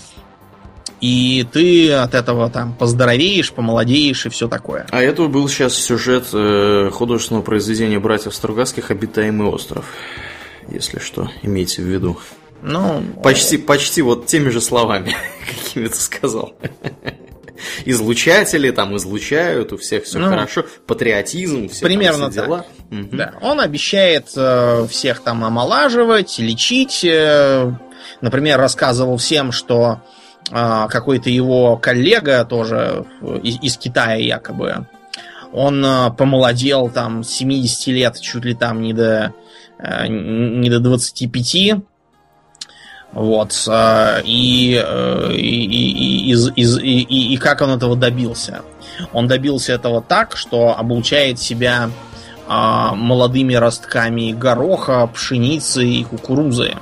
и ты от этого там поздоровеешь, помолодеешь и все такое. А это был сейчас сюжет э, художественного произведения братьев Стругацких «Обитаемый остров». Если что, имейте в виду. Ну, почти, почти вот теми же словами, какими ты сказал. Излучатели там излучают, у всех все ну, хорошо, патриотизм, все примерно там все дела. Угу. Да. Он обещает э, всех там омолаживать, лечить. Э, например, рассказывал всем, что э, какой-то его коллега тоже из, из Китая якобы, он э, помолодел там с семидесяти лет чуть ли там не до не до двадцати пяти. Вот. И, и, и, и, и, и, и как он этого добился? Он добился этого так, что облучает себя а, молодыми ростками гороха, пшеницы и кукурузы.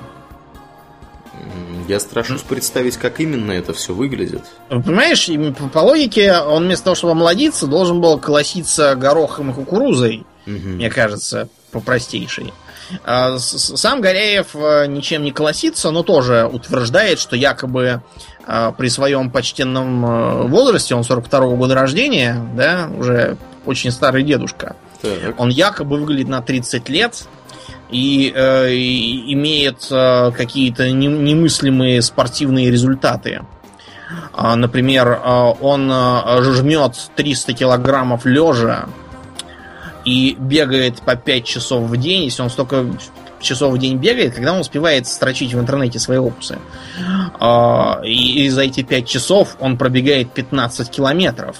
Я страшусь представить, как именно это все выглядит. Понимаешь, по логике, он вместо того, чтобы омолодиться, должен был колоситься горохом и кукурузой, угу. Мне кажется, по-простейшей. Сам Горяев ничем не колосится, но тоже утверждает, что якобы при своем почтенном возрасте, он сорок второго года рождения, да, уже очень старый дедушка, так. Он якобы выглядит на тридцать лет и, э, и имеет э, какие-то не, немыслимые спортивные результаты. А, например, э, он э, жмет триста килограммов лежа и бегает по пять часов в день. Если он столько часов в день бегает, когда он успевает строчить в интернете свои опусы. А, и, и за эти пять часов он пробегает пятнадцать километров.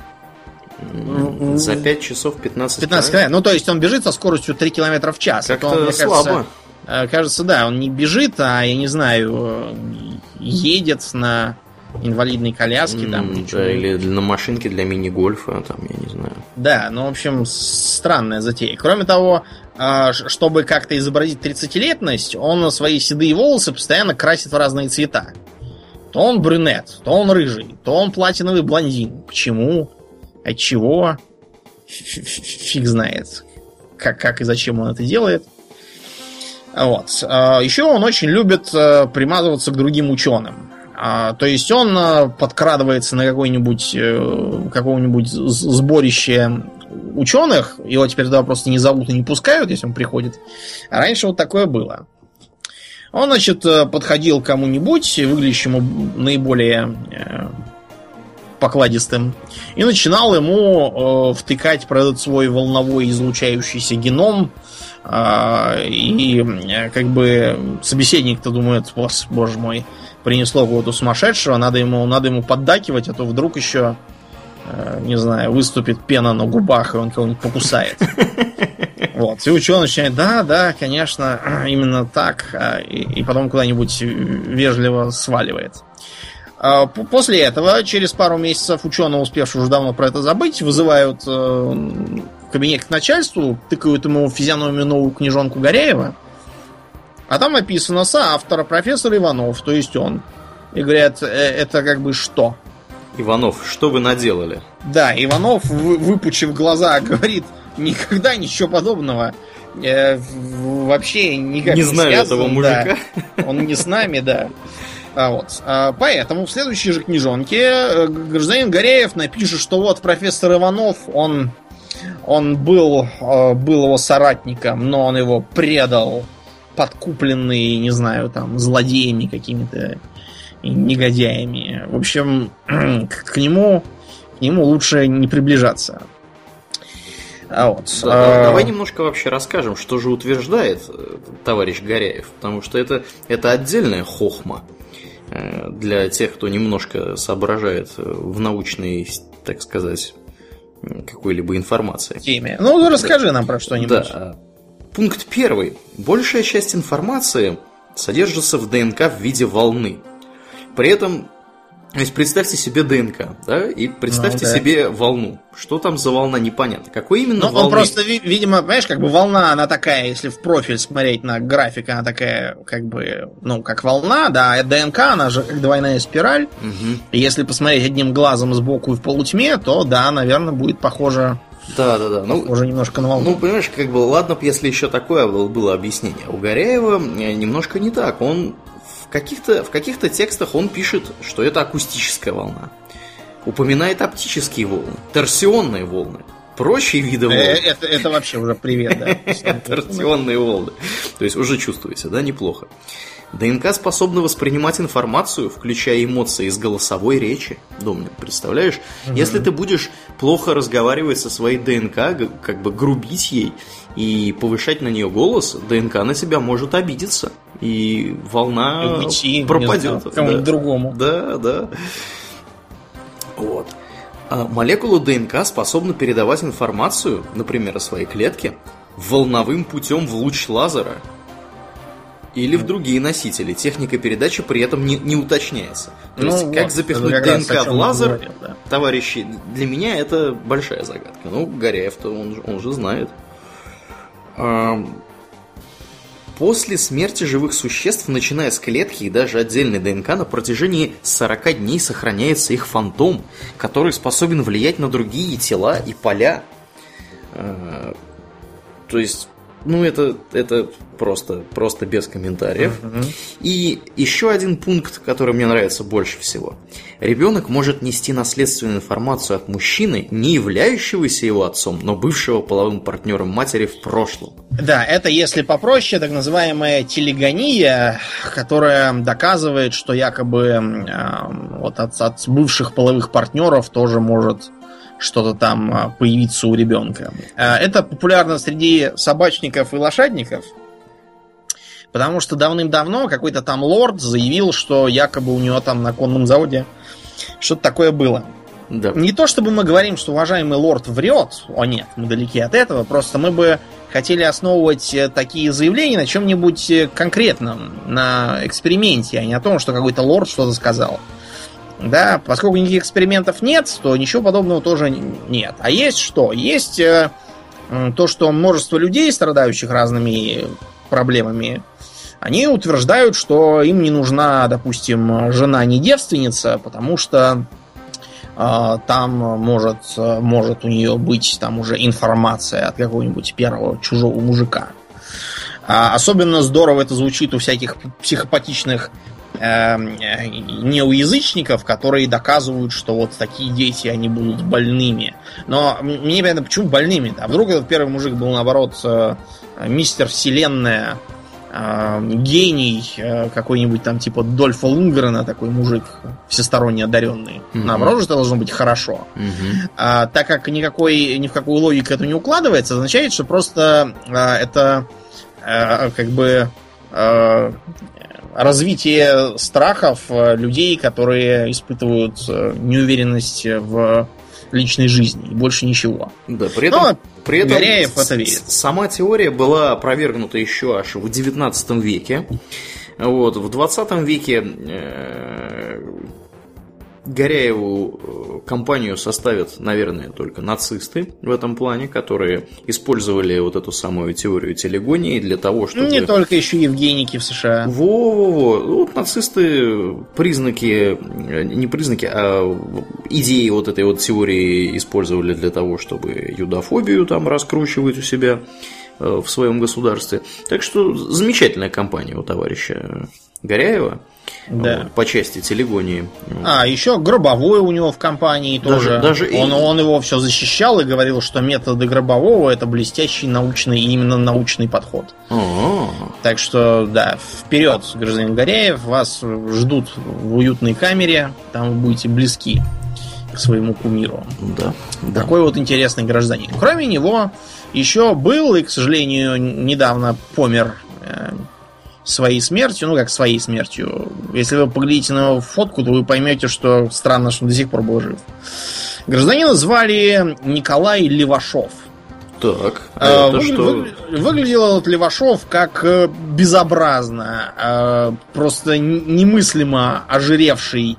За пять часов пятнадцать, пятнадцать километров. Ну, то есть он бежит со скоростью три километра в час. Как-то он, мне слабо. Кажется, кажется, да, он не бежит, а, я не знаю, едет на инвалидной коляски. Mm, там, да, или на машинке для мини-гольфа, там, я не знаю. Да, ну, в общем, странная затея. Кроме того, чтобы как-то изобразить тридцатилетность, он свои седые волосы постоянно красит в разные цвета. То он брюнет, то он рыжий, то он платиновый блондин. Почему? Отчего? Фиг знает, как, как и зачем он это делает. Вот. Еще он очень любит примазываться к другим ученым. То есть он подкрадывается на какое-нибудь, какое-нибудь сборище ученых, его теперь туда просто не зовут и не пускают, если он приходит. А раньше вот такое было. Он, значит, подходил к кому-нибудь, выглядящему наиболее покладистым, и начинал ему втыкать про этот свой волновой излучающийся геном. И как бы собеседник-то думает: боже мой, принесло кого-то сумасшедшего, надо ему, надо ему поддакивать, а то вдруг еще, не знаю, выступит пена на губах, и он кого-нибудь покусает. Вот. И ученый начинает: да, да, конечно, именно так, и, и потом куда-нибудь вежливо сваливает. После этого, через пару месяцев, ученого, успевшего уже давно про это забыть, вызывают в кабинет к начальству, тыкают ему в физиономию новую книжонку Горяева, а там написано: соавтор профессор Иванов, то есть он. И говорят: это как бы что? Иванов, что вы наделали? Да, Иванов, выпучив глаза, говорит: никогда ничего подобного. Э, вообще никак не, не знаю связан, этого мужика. Да. Он не с нами, да. А вот. А поэтому в следующей же книжонке гражданин Горяев напишет, что вот профессор Иванов, он, он был, был его соратником, но он его предал, подкупленный, не знаю, там, злодеями какими-то, негодяями. В общем, к нему, к нему лучше не приближаться. А вот. Да, а... Давай немножко вообще расскажем, что же утверждает товарищ Горяев, потому что это, это отдельная хохма для тех, кто немножко соображает в научной, так сказать, какой-либо информации. Теме. Ну, расскажи да. нам про что-нибудь. Да. Пункт первый. Большая часть информации содержится в ДНК в виде волны. При этом, то есть представьте себе ДНК, да, и представьте ну, да. себе волну. Что там за волна, непонятно. Какой именно ну, волны? Он просто, видимо, понимаешь, как бы волна, она такая, если в профиль смотреть на график, она такая, как бы, ну, как волна, да, а ДНК, она же как двойная спираль. Угу. И если посмотреть одним глазом сбоку и в полутьме, то, да, наверное, будет похоже... Да, да, да. Ну, уже немножко на волну. Ну, понимаешь, как бы, ладно, если еще такое было объяснение. У Горяева немножко не так. Он в каких-то, в каких-то текстах он пишет, что это акустическая волна. Упоминает оптические волны, торсионные волны, прочие виды волн. Это, это вообще уже привет, да. Торсионные волны. То есть уже чувствуете, да, неплохо. ДНК способна воспринимать информацию, включая эмоции из голосовой речи. Домнин, представляешь? Угу. Если ты будешь плохо разговаривать со своей ДНК, как бы грубить ей и повышать на нее голос, ДНК на тебя может обидеться. И волна и уйти, пропадет. Знаю, кому-нибудь да. другому. Да, да. Вот. А молекулы ДНК способны передавать информацию, например, о своей клетке, волновым путем в луч лазера или в другие носители. Техника передачи при этом не, не уточняется. То ну, есть, вот, как запихнуть как ДНК в лазер, говорил, да. Товарищи, для меня это большая загадка. Ну, Горяев-то, он, он же знает. После смерти живых существ, начиная с клетки и даже отдельной ДНК, на протяжении сорок дней сохраняется их фантом, который способен влиять на другие тела и поля. То есть, ну, это, это просто, просто без комментариев. Uh-huh. И еще один пункт, который мне нравится больше всего. Ребенок может нести наследственную информацию от мужчины, не являющегося его отцом, но бывшего половым партнером матери в прошлом. Да, это, если попроще, так называемая телегония, которая доказывает, что якобы э, вот от, от бывших половых партнеров тоже может что-то там появиться у ребенка. Это популярно среди собачников и лошадников, потому что давным-давно какой-то там лорд заявил, что якобы у него там на конном заводе что-то такое было. Да. Не то чтобы мы говорим, что уважаемый лорд врет, о нет, мы далеки от этого, просто мы бы хотели основывать такие заявления на чем-нибудь конкретном, на эксперименте, а не о том, что какой-то лорд что-то сказал. Да, поскольку никаких экспериментов нет, то ничего подобного тоже нет. А есть что? Есть э, то, что множество людей, страдающих разными проблемами, они утверждают, что им не нужна, допустим, жена не девственница, потому что э, там может, может у нее быть там уже информация от какого-нибудь первого чужого мужика. А особенно здорово это звучит у всяких психопатичных э, неоязычников, которые доказывают, что вот такие дети, они будут больными. Но мне непонятно, почему больными? А вдруг этот первый мужик был, наоборот, э, мистер Вселенная, гений, какой-нибудь там типа Дольфа Лундгрена, такой мужик всесторонне одаренный. Mm-hmm. Наоборот, это должно быть хорошо. Mm-hmm. А, так как никакой, ни в какую логику это не укладывается, означает, что просто а, это а, как бы а, развитие страхов людей, которые испытывают неуверенность в личной жизни, и больше ничего. Да, при этом, Но при этом Горяев в это верит. Сама теория была опровергнута еще аж в девятнадцатом веке. Вот, в двадцатом веке э, Горяеву компанию составят, наверное, только нацисты в этом плане, которые использовали вот эту самую теорию телегонии для того, чтобы... Не только еще евгеники в США. Во-во-во. Вот нацисты признаки, не признаки, а идеи вот этой вот теории использовали для того, чтобы юдофобию там раскручивать у себя в своем государстве. Так что замечательная компания у товарища Горяева. Да. Вот, по части телегонии. А, еще Гробовой у него в компании тоже. Даже, даже он, и... он его все защищал и говорил, что методы Гробового это блестящий научный, именно научный подход. А-а-а. Так что, да, вперед, гражданин Горяев, вас ждут в уютной камере, там вы будете близки к своему кумиру. Да. Такой вот интересный гражданин. Кроме него еще был и, к сожалению, недавно помер своей смертью, ну как своей смертью. Если вы поглядите на его фотку, то вы поймете, что странно, что он до сих пор был жив. Гражданина звали Николай Левашов. Так, а это Вы, что? Вы, выглядел этот Левашов как безобразно, просто немыслимо ожиревший,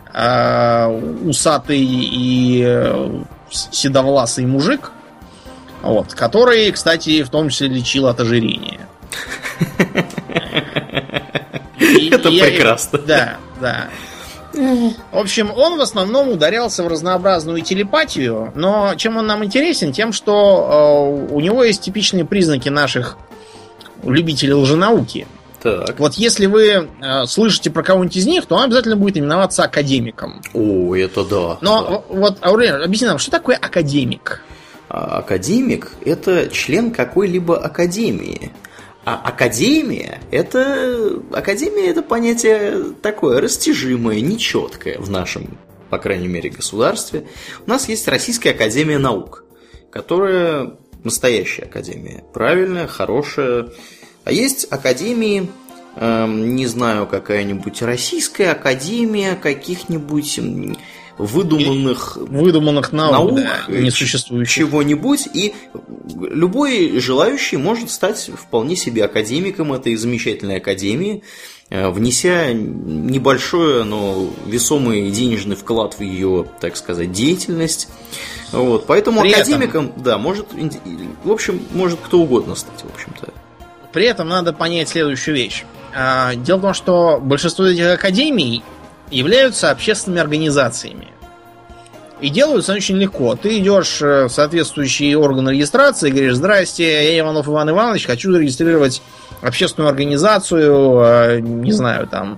усатый и седовласый мужик, вот, который, кстати, в том числе лечил от ожирения. И, Это и прекрасно. Я, да, да. В общем, он в основном ударялся в разнообразную телепатию, но чем он нам интересен? Тем, что э, у него есть типичные признаки наших любителей лженауки. Так. Вот если вы э, слышите про кого-нибудь из них, то он обязательно будет именоваться академиком. О, это да. Но да. вот, Аурелий, объясни нам, что такое академик? А, академик – это член какой-либо академии. А академия это, академия это понятие такое растяжимое, нечеткое в нашем, по крайней мере, государстве. У нас есть Российская академия наук, которая настоящая академия, правильная, хорошая. А есть академии, э, не знаю, какая-нибудь Российская академия каких-нибудь выдуманных, выдуманных наук, наук да, несуществующих. Чего-нибудь, и любой желающий может стать вполне себе академиком этой замечательной академии, внеся небольшой, но весомый денежный вклад в ее, так сказать, деятельность. Вот. Поэтому при академиком, этом, да, может, в общем, может кто угодно стать, в общем-то. При этом надо понять следующую вещь. Дело в том, что большинство этих академий являются общественными организациями. И делаются очень легко. Ты идешь в соответствующие органы регистрации и говоришь: здрасте, я Иванов Иван Иванович, хочу зарегистрировать общественную организацию, не знаю, там,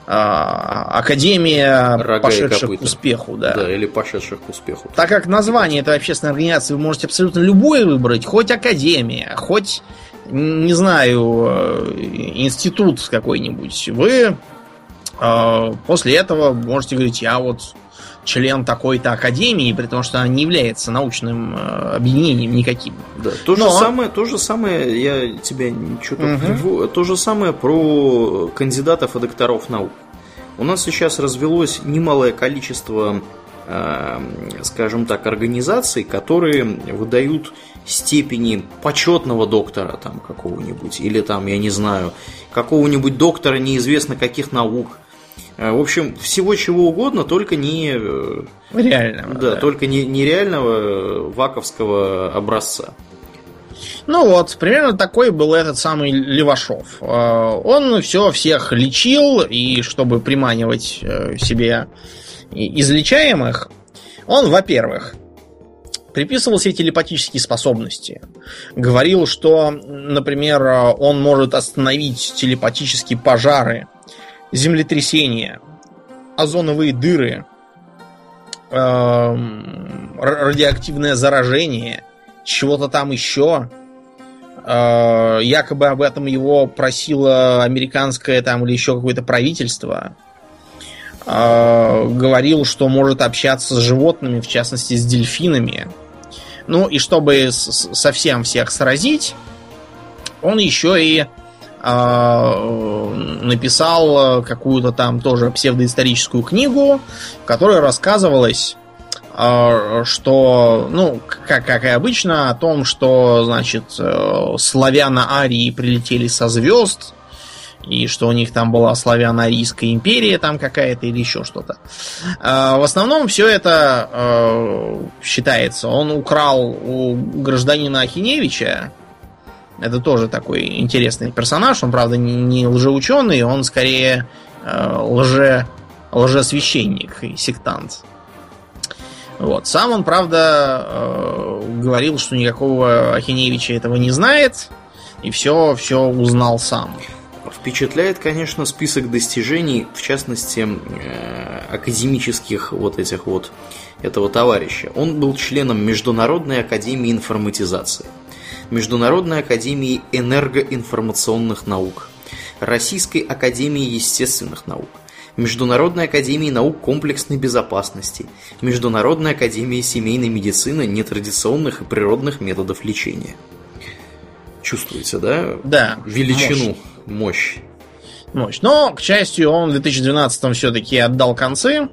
Академия Рога пошедших к успеху. Да. да, или пошедших к успеху. Так как название этой общественной организации вы можете абсолютно любое выбрать, хоть Академия, хоть, не знаю, институт какой-нибудь, вы после этого можете говорить: я вот член такой-то академии, при том, что она не является научным объединением никаким. Да, то, Но... же самое, то же самое, я тебя что-то угу. прерву, то же самое про кандидатов и докторов наук. У нас сейчас развелось немалое количество, э, скажем так, организаций, которые выдают степени почетного доктора там какого-нибудь, или там, я не знаю, какого-нибудь доктора неизвестно каких наук. В общем, всего чего угодно, только не... Реального. Да, да. только не, нереального ваковского образца. Ну вот, примерно такой был этот самый Левашов. Он все всех лечил, и чтобы приманивать себе излечаемых, он, во-первых, приписывал себе телепатические способности. Говорил, что, например, он может остановить телепатические пожары, землетрясения, озоновые дыры, радиоактивное заражение, чего-то там еще. Якобы об этом его просило американское там или еще какое-то правительство. Говорил, что может общаться с животными, в частности с дельфинами. Ну и чтобы совсем всех сразить, он еще и написал какую-то там тоже псевдоисторическую книгу, в которой рассказывалось, что, ну, как, как и обычно, о том, что, значит, славяно-арии прилетели со звезд, и что у них там была славяно-арийская империя там какая-то или еще что-то. В основном все это считается. Он украл у гражданина Ахиневича. Это тоже такой интересный персонаж. Он, правда, не лжеученый, он скорее лже, лжесвященник и сектант. Вот. Сам он, правда, э, говорил, что никакого Ахиневича этого не знает, и все, все узнал сам. Впечатляет, конечно, список достижений, в частности, э, академических вот этих вот этого товарища. Он был членом Международной академии информатизации, Международной академии энергоинформационных наук, Российской академии естественных наук, Международной академии наук комплексной безопасности, Международной академии семейной медицины, нетрадиционных и природных методов лечения. Чувствуете, да? Да. Величину, мощь. Мощь. Но, к счастью, он в две тысячи двенадцатом все-таки отдал концы,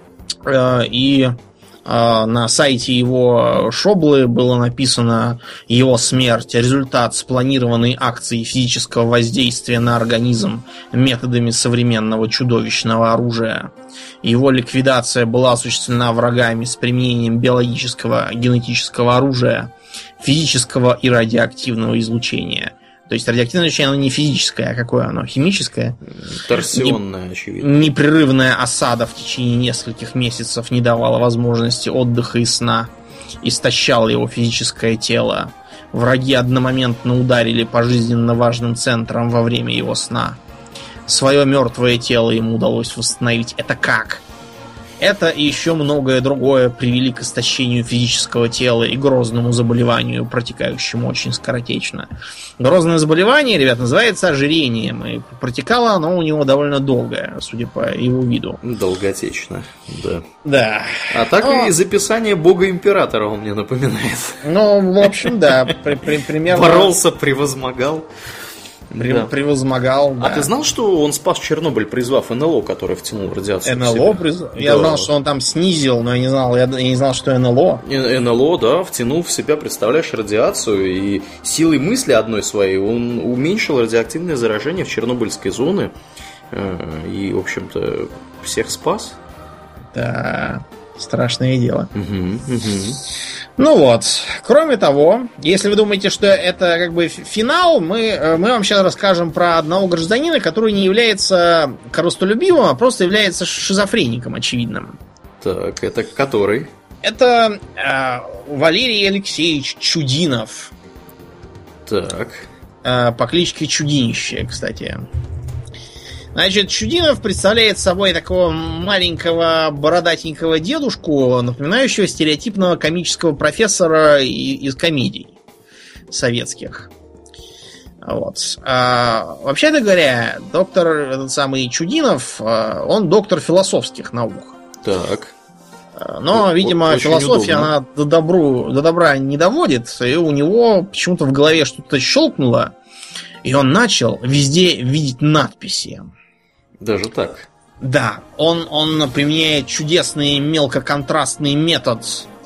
э, и на сайте его шоблы было написано: его смерть — результат спланированной акции физического воздействия на организм методами современного чудовищного оружия. Его ликвидация была осуществлена врагами с применением биологического генетического оружия, физического и радиоактивного излучения. То есть радиоактивное излучение, оно не физическое, а какое оно? Химическое? Торсионное, не, очевидно. Непрерывная осада в течение нескольких месяцев не давала возможности отдыха и сна. Истощало его физическое тело. Враги одномоментно ударили по жизненно важным центрам во время его сна. Свое мертвое тело ему удалось восстановить. Это как? Это и еще многое другое привели к истощению физического тела и грозному заболеванию, протекающему очень скоротечно. Грозное заболевание, ребят, называется ожирением, и протекало оно у него довольно долго, судя по его виду. Долготечно, да. Да. А так Но... и из описания бога-императора он мне напоминает. Ну, в общем, да, при, при, примерно... Боролся, превозмогал. При, да. Превозмогал, да. А ты знал, что он спас Чернобыль, призвав эн эл о, который втянул радиацию? эн эл о призвал? Да. Я знал, что он там снизил, но я не знал, я, я не знал, что эн эл о. эн эл о, да, втянул в себя, представляешь, радиацию, и силой мысли одной своей он уменьшил радиоактивное заражение в Чернобыльской зоне, и, в общем-то, всех спас. Да, страшное дело. Угу, угу. Ну вот, кроме того, если вы думаете, что это как бы финал, мы, мы вам сейчас расскажем про одного гражданина, который не является корыстолюбивым, а просто является шизофреником очевидным. Так, это который? Это э, Валерий Алексеевич Чудинов. Так. Э, по кличке Чудинище, кстати. Значит, Чудинов представляет собой такого маленького бородатенького дедушку, напоминающего стереотипного комического профессора из комедий советских. Вот. А, вообще-то говоря, доктор этот самый Чудинов, он доктор философских наук. Так. Но, видимо, очень философия, удобно. она до, добру, до добра не доводит, и у него почему-то в голове что-то щелкнуло, и он начал везде видеть надписи. Даже так? Да, он, он применяет чудесный мелкоконтрастный метод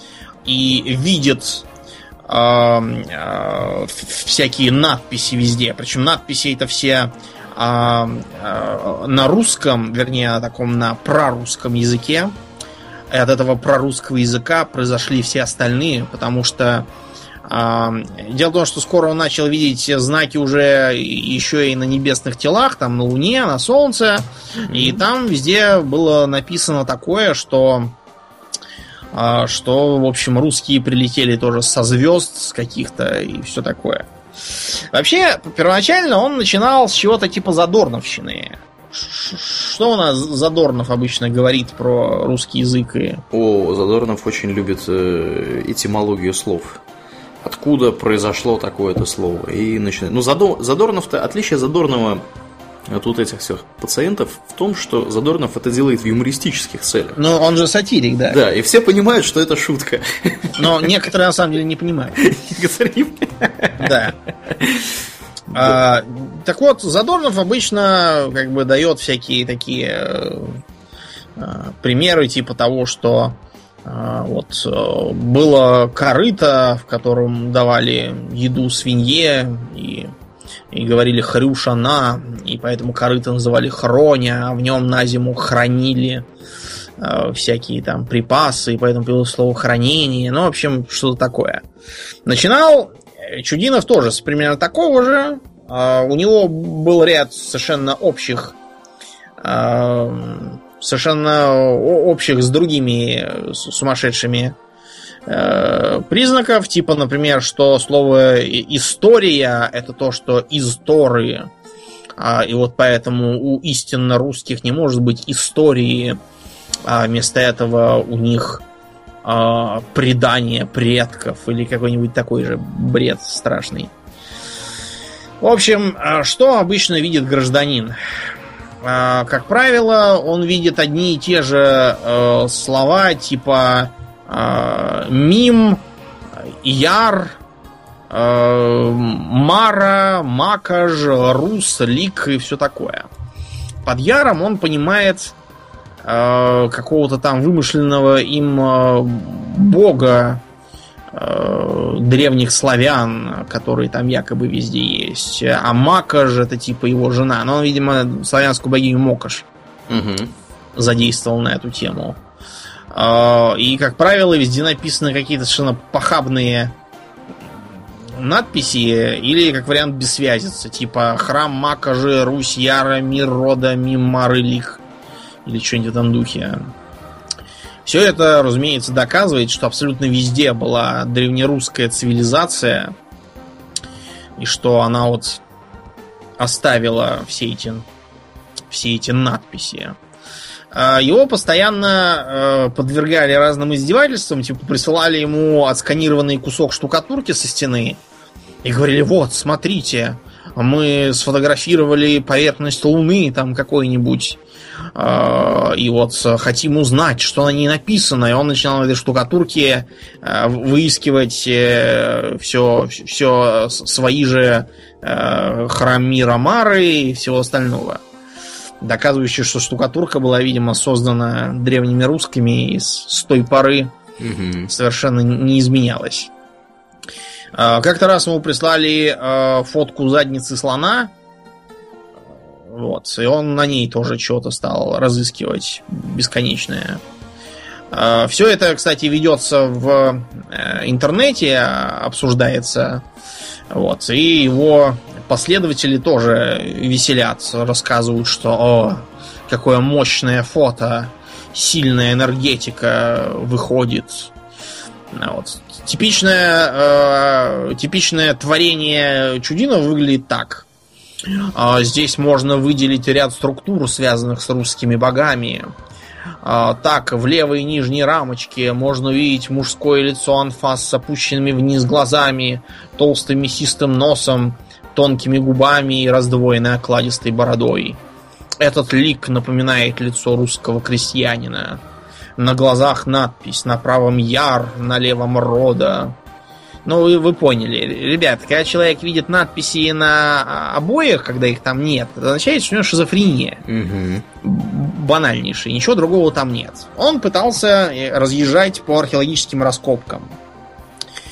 и видит э, э, всякие надписи везде. Причем надписи это все а, а, на русском, вернее, на таком на прорусском языке. И от этого прорусского языка произошли все остальные, потому что а, дело в том, что скоро он начал видеть знаки уже еще и на небесных телах, там на Луне, на Солнце, mm-hmm. и там везде было написано такое, что а, что, в общем, русские прилетели тоже со звезд, с каких-то и все такое. Вообще, первоначально он начинал с чего-то типа задорновщины. Что у нас Задорнов обычно говорит про русский язык? И... О, Задорнов очень любит э, этимологию слов. Откуда произошло такое-то слово? И начинает. Ну, Задор... Задорнов-то, отличие Задорнова от вот этих всех пациентов в том, что Задорнов это делает в юмористических целях. Ну, он же сатирик, да. Да, и все понимают, что это шутка. Но некоторые на самом деле не понимают. Некоторые. Да. А, так вот, Задорнов обычно как бы дает всякие такие а, примеры типа того, что а, вот было корыто, в котором давали еду свинье и, и говорили хрюшана, и поэтому корыто называли хроня, а в нем на зиму хранили а, всякие там припасы, и поэтому появилось слово хранение, ну, в общем, что-то такое. Начинал Чудинов тоже с примерно такого же. Uh, у него был ряд совершенно общих, uh, совершенно общих с другими сумасшедшими uh, признаков, типа, например, что слово история это то, что из Торы, uh, и вот поэтому у истинно русских не может быть истории, а вместо этого у них uh, предание предков или какой-нибудь такой же бред страшный. В общем, что обычно видит гражданин? Как правило, он видит одни и те же э, слова типа э, мим, яр, э, мара, макаш, рус, лик и все такое. Под яром он понимает э, какого-то там вымышленного им э, бога древних славян, которые там якобы везде есть. А Макаш это типа его жена. Но он, видимо, славянскую богиню Мокаш угу. задействовал на эту тему. И, как правило, везде написаны какие-то совершенно похабные надписи или, как вариант, бессвязица. Типа храм Макажи, Русь, Яра, Мир, Рода, Мимар, Лик. Или что-нибудь в этом духе. Все это, разумеется, доказывает, что абсолютно везде была древнерусская цивилизация, и что она вот оставила все эти, все эти надписи. Его постоянно подвергали разным издевательствам, типа присылали ему отсканированный кусок штукатурки со стены и говорили: вот, смотрите, мы сфотографировали поверхность Луны там какой-нибудь, и вот хотим узнать, что на ней написано. И он начинал в этой штукатурке выискивать все, все свои же храм Мира Мары и всего остального. Доказывающий, что штукатурка была, видимо, создана древними русскими и с той поры угу. совершенно не изменялась. Как-то раз ему прислали фотку задницы слона. Вот, и он на ней тоже чего-то стал разыскивать бесконечное. Все это, кстати, ведется в интернете, обсуждается. Вот, и его последователи тоже веселят, рассказывают, что о, какое мощное фото, сильная энергетика выходит. Вот. Типичное, э, типичное творение Чудинова выглядит так. Здесь можно выделить ряд структур, связанных с русскими богами. Так, в левой нижней рамочке можно увидеть мужское лицо анфас с опущенными вниз глазами, толстым мясистым носом, тонкими губами и раздвоенной окладистой бородой. Этот лик напоминает лицо русского крестьянина. На глазах надпись: на правом яр, на левом рода. Ну, вы, вы поняли. Ребят, когда человек видит надписи на обоях, когда их там нет, это означает, что у него шизофрения. Угу. Банальнейшая. Ничего другого там нет. Он пытался разъезжать по археологическим раскопкам.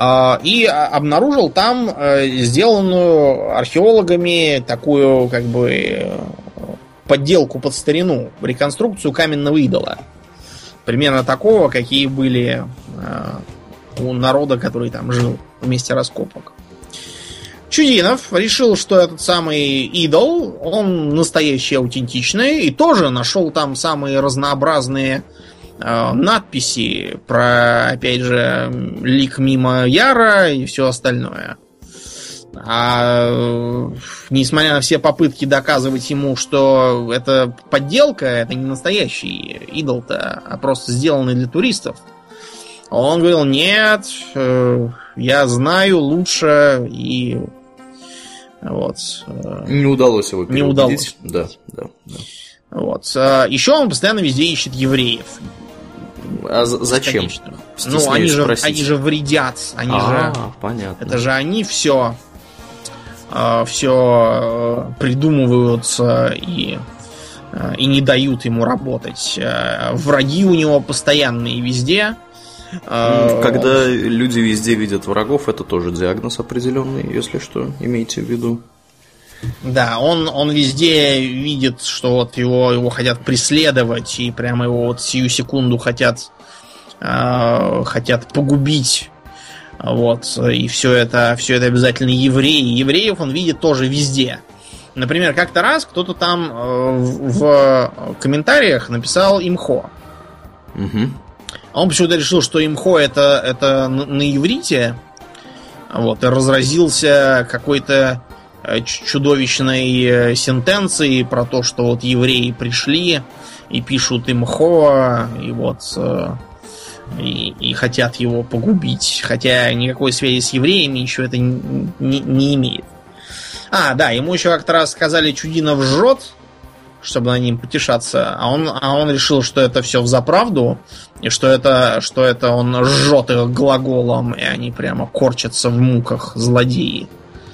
И обнаружил там сделанную археологами такую, как бы, подделку под старину, реконструкцию каменного идола. Примерно такого, какие были у народа, который там жил в месте раскопок. Чудинов решил, что этот самый идол, он настоящий, аутентичный, и тоже нашел там самые разнообразные э, надписи про, опять же, лик мимо Яра и все остальное. А э, несмотря на все попытки доказывать ему, что это подделка, это не настоящий идол-то, а просто сделанный для туристов, он говорил: нет, э, я знаю лучше, и вот. Не удалось его переубедить. Не удалось. Да, да, да. Вот. Еще он постоянно везде ищет евреев. А зачем? Ну, они же, они же вредят. Они а, же, понятно. Это же они все, все придумывают и, и не дают ему работать. Враги у него постоянные везде. Когда люди везде видят врагов, это тоже диагноз определенный, если что, имейте в виду. Да, он, он везде видит, что вот его, его хотят преследовать, и прямо его вот сию секунду хотят, э, хотят погубить. Вот, и все это, все это обязательно евреи. Евреев он видит тоже везде. Например, как-то раз кто-то там э, в комментариях написал имхо. Угу. Он почему-то решил, что имхо это, это на иврите. Вот, и разразился какой-то чудовищной сентенцией про то, что вот евреи пришли и пишут имхо, и вот и, и хотят его погубить. Хотя никакой связи с евреями ничего это не, не, не имеет. А, да, ему еще как-то раз сказали: Чудинов жжет, чтобы на ним потешаться, а он, а он решил, что это все взаправду, и что это, что это он жжет их глаголом, и они прямо корчатся в муках, злодеи.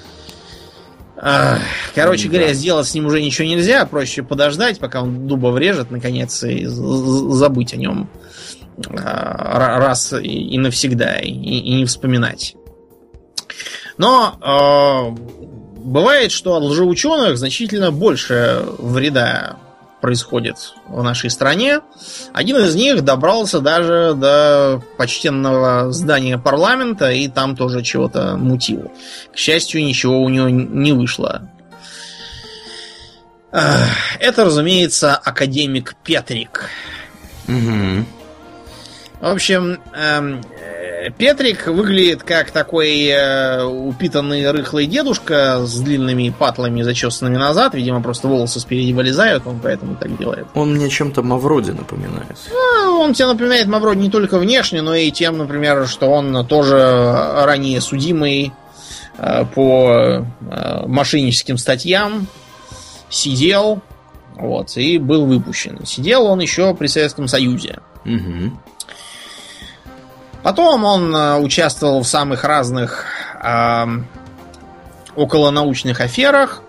Короче да. говоря, сделать с ним уже ничего нельзя, проще подождать, пока он дуба врежет, наконец, и забыть о нем раз и навсегда, и, и не вспоминать. Но бывает, что от лжеученых значительно больше вреда происходит в нашей стране. Один из них добрался даже до почтенного здания парламента и там тоже чего-то мутил. К счастью, ничего у него не вышло. Это, разумеется, академик Петрик. Угу. В общем, Петрик выглядит как такой э, упитанный рыхлый дедушка с длинными патлами, зачесанными назад. Видимо, просто волосы спереди вылезают, он поэтому так делает. Он мне чем-то Мавроди напоминает. Ну, он тебе напоминает Мавроди не только внешне, но и тем, например, что он тоже ранее судимый э, по э, мошенническим статьям, сидел, вот, и был выпущен. Сидел он еще при Советском Союзе. Угу. Потом он э, участвовал в самых разных э, околонаучных аферах,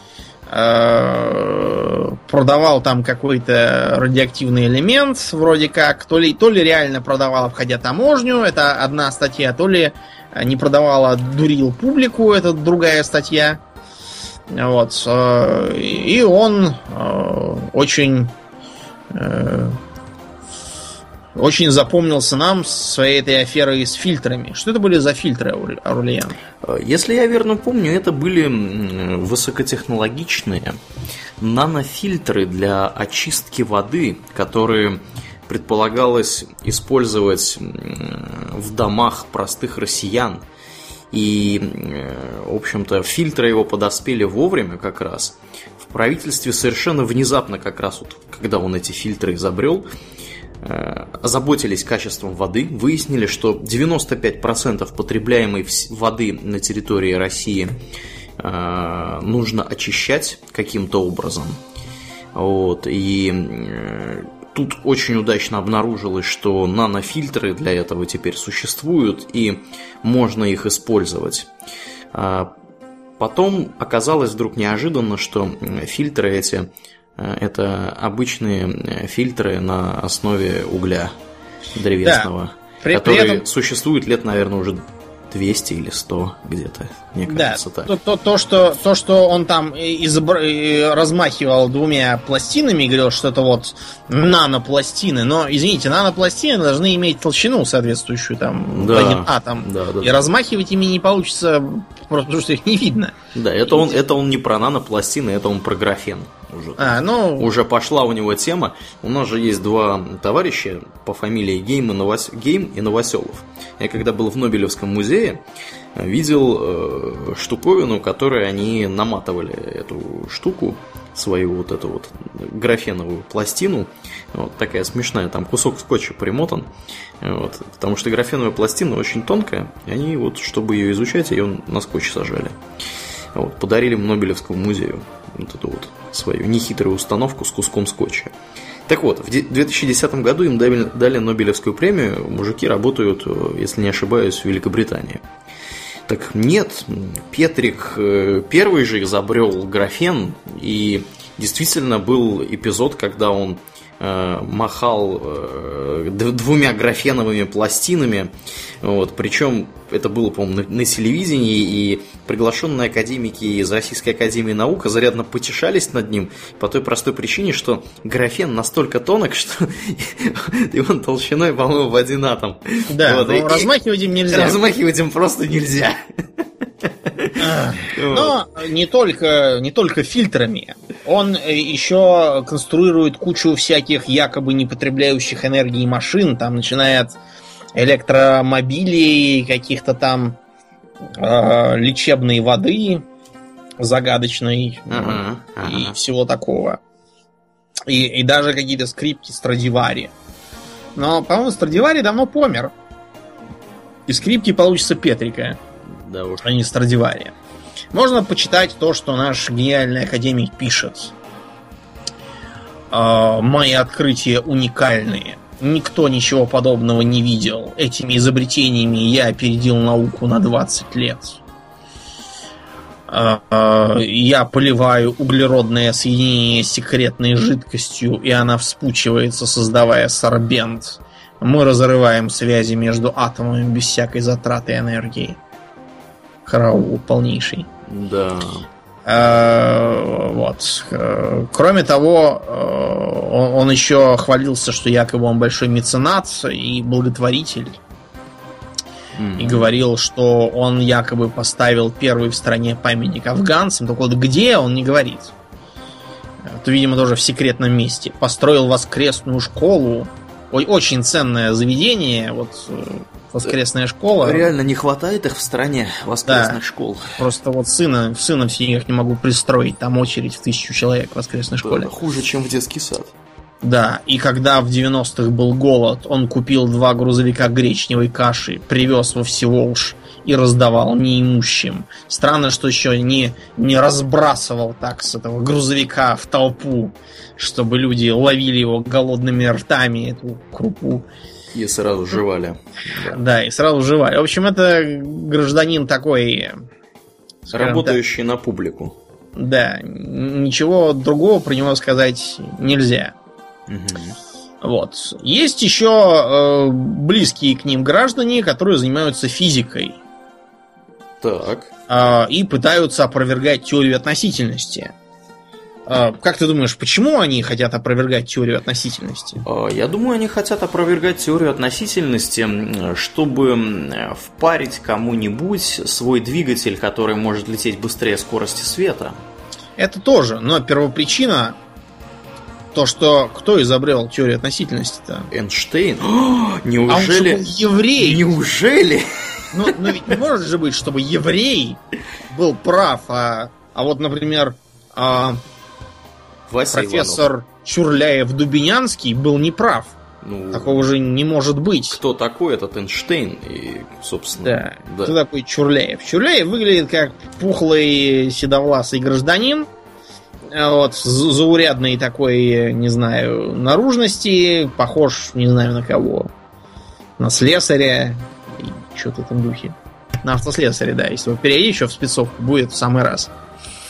э, продавал там какой-то радиоактивный элемент, вроде как, то ли, то ли реально продавал, обходя таможню, это одна статья, то ли не продавал, а дурил публику, это другая статья. Вот. Э, и он э, очень... Э, Очень запомнился нам своей этой аферой с фильтрами. Что это были за фильтры, Аурлиен? Если я верно помню, это были высокотехнологичные нанофильтры для очистки воды, которые предполагалось использовать в домах простых россиян. И, в общем-то, фильтры его подоспели вовремя как раз. В правительстве совершенно внезапно, как раз вот, когда он эти фильтры изобрел, озаботились качеством воды, выяснили, что девяносто пять процентов потребляемой воды на территории России э, нужно очищать каким-то образом. Вот. И э, тут очень удачно обнаружилось, что нанофильтры для этого теперь существуют, и можно их использовать. А потом оказалось вдруг неожиданно, что фильтры эти... это обычные фильтры на основе угля древесного, да. при, которые при этом... существуют лет, наверное, уже двести или сто где-то, мне кажется, да, так. То, то, то, что, то, что он там изобр... размахивал двумя пластинами, говорил, что это вот нанопластины, но, извините, нанопластины должны иметь толщину соответствующую там да, в один атом. Да, да, и да. размахивать ими не получится, просто потому что их не видно. Да, это он, это он не про нанопластины, это он про графен. Уже, а, ну... уже пошла у него тема. У нас же есть два товарища по фамилии Гейм и, Новос... Гейм и Новоселов. Я когда был в Нобелевском музее, видел э, штуковину, которой они наматывали эту штуку, свою вот эту вот графеновую пластину. Вот такая смешная, там кусок скотча примотан. Вот, потому что графеновая пластина очень тонкая, и они вот, чтобы ее изучать, ее на скотч сажали. Вот, подарили Нобелевскому музею вот эту вот свою нехитрую установку с куском скотча. Так вот, в две тысячи десятом году им дали, дали Нобелевскую премию. Мужики работают, если не ошибаюсь, в Великобритании. Так нет, Петрик первый же изобрел графен, и действительно был эпизод, когда он э, махал э, двумя графеновыми пластинами. Вот, причем это было, по-моему, на, на телевидении, и приглашенные академики из Российской академии наук зарядно потешались над ним по той простой причине, что графен настолько тонок, что его толщиной, по-моему, в один атом. Да, вот, но размахивать им нельзя. Размахивать им просто нельзя. Но не только, не только фильтрами. Он еще конструирует кучу всяких якобы не потребляющих энергии машин, там, начиная от электромобилей, каких-то там э, лечебной воды загадочной ага, ага. и всего такого. И, и даже какие-то скрипки Страдивари. Но, по-моему, Страдивари давно помер. И скрипки получится Петрика, да уж. а не Страдивари. Можно почитать то, что наш гениальный академик пишет. Э, Мои открытия уникальные. Никто ничего подобного не видел. Этими изобретениями я опередил науку на двадцать лет. Я поливаю углеродное соединение секретной жидкостью, и она вспучивается, создавая сорбент. Мы разрываем связи между атомами без всякой затраты энергии. Караул полнейший. Да. Вот. Кроме того, он еще хвалился, что якобы он большой меценат и благотворитель. Mm-hmm. И говорил, что он якобы поставил первый в стране памятник афганцам. Только вот где, он не говорит. Это, видимо, тоже в секретном месте. Построил воскресную школу. Ой, очень ценное заведение. Вот воскресная школа. Реально не хватает их в стране, воскресных да. школ. Просто вот сына, сына все никак не могу пристроить. Там очередь в тысячу человек в воскресной школе. Да, хуже, чем в детский сад. Да, и когда в девяностых был голод, он купил два грузовика гречневой каши, привез во Всеволжь и раздавал неимущим. Странно, что еще не, не разбрасывал так с этого грузовика в толпу, чтобы люди ловили его голодными ртами, эту крупу. И сразу жевали. Да, да и сразу жевали. В общем, это гражданин такой... Работающий так, на публику. Да, ничего другого про него сказать нельзя. Угу. Вот. Есть еще э, близкие к ним граждане, которые занимаются физикой. Так. Э, и пытаются опровергать теорию относительности. Э, как ты думаешь, почему они хотят опровергать теорию относительности? Я думаю, они хотят опровергать теорию относительности, чтобы впарить кому-нибудь свой двигатель, который может лететь быстрее скорости света. Это тоже, но первопричина... То, что кто изобрел теорию относительности-то? Эйнштейн? О, неужели? А он же был еврей. Неужели? Ну, но ведь не может же быть, чтобы еврей был прав, а, а вот, например, а, профессор Иванов. Чурляев-Дубинянский был неправ. Ну, такого же не может быть. Кто такой этот Эйнштейн? И, собственно, да. да. Кто такой Чурляев? Чурляев выглядит как пухлый седовласый гражданин. Вот, заурядной такой, не знаю, наружности, похож, не знаю, на кого. На слесаря и что-то в этом духе. На автослесаря, да, если его перейти еще в спецовку, будет в самый раз.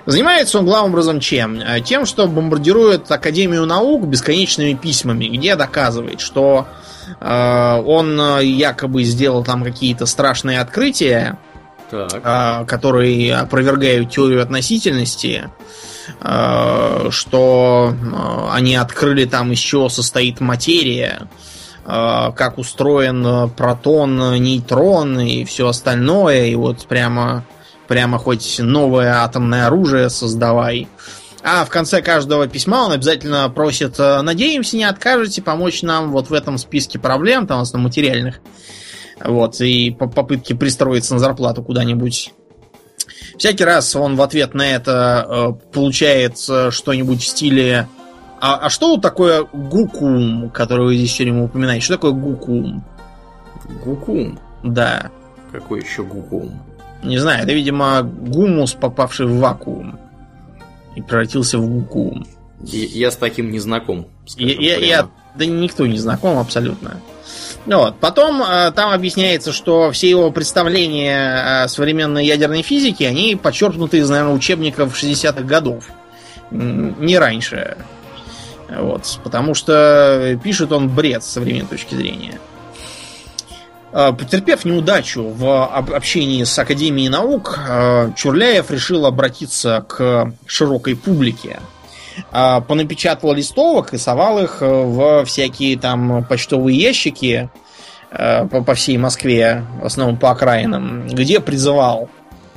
Занимается он главным образом чем? Тем, что бомбардирует Академию наук бесконечными письмами, где доказывает, что э, он якобы сделал там какие-то страшные открытия, э, которые опровергают теорию относительности, э, что э, они открыли там, из чего состоит материя, э, как устроен протон, нейтрон и все остальное, и вот прямо... Прямо хоть новое атомное оружие создавай. А в конце каждого письма он обязательно просит: надеемся, не откажете помочь нам вот в этом списке проблем, там, основном материальных. Вот, и по попытке пристроиться на зарплату куда-нибудь. Всякий раз он в ответ на это э, получает что-нибудь в стиле: а, а что вот такое гукум, который вы здесь все время упоминаете? Что такое гукум? Гукум? Да. Какой еще гукум? Не знаю, это, видимо, гумус, попавший в вакуум и превратился в гукум. Я, я с таким не знаком. Я, я, я, да никто не знаком абсолютно. Вот. Потом э, там объясняется, что все его представления о современной ядерной физике, они подчеркнуты из, наверное, учебников шестидесятых годов. Не раньше. Вот. Потому что пишет он бред с современной точки зрения. Потерпев неудачу в общении с Академией наук, Чурляев решил обратиться к широкой публике. Понапечатал листовок и совал их в всякие там почтовые ящики по всей Москве, в основном по окраинам, где призывал: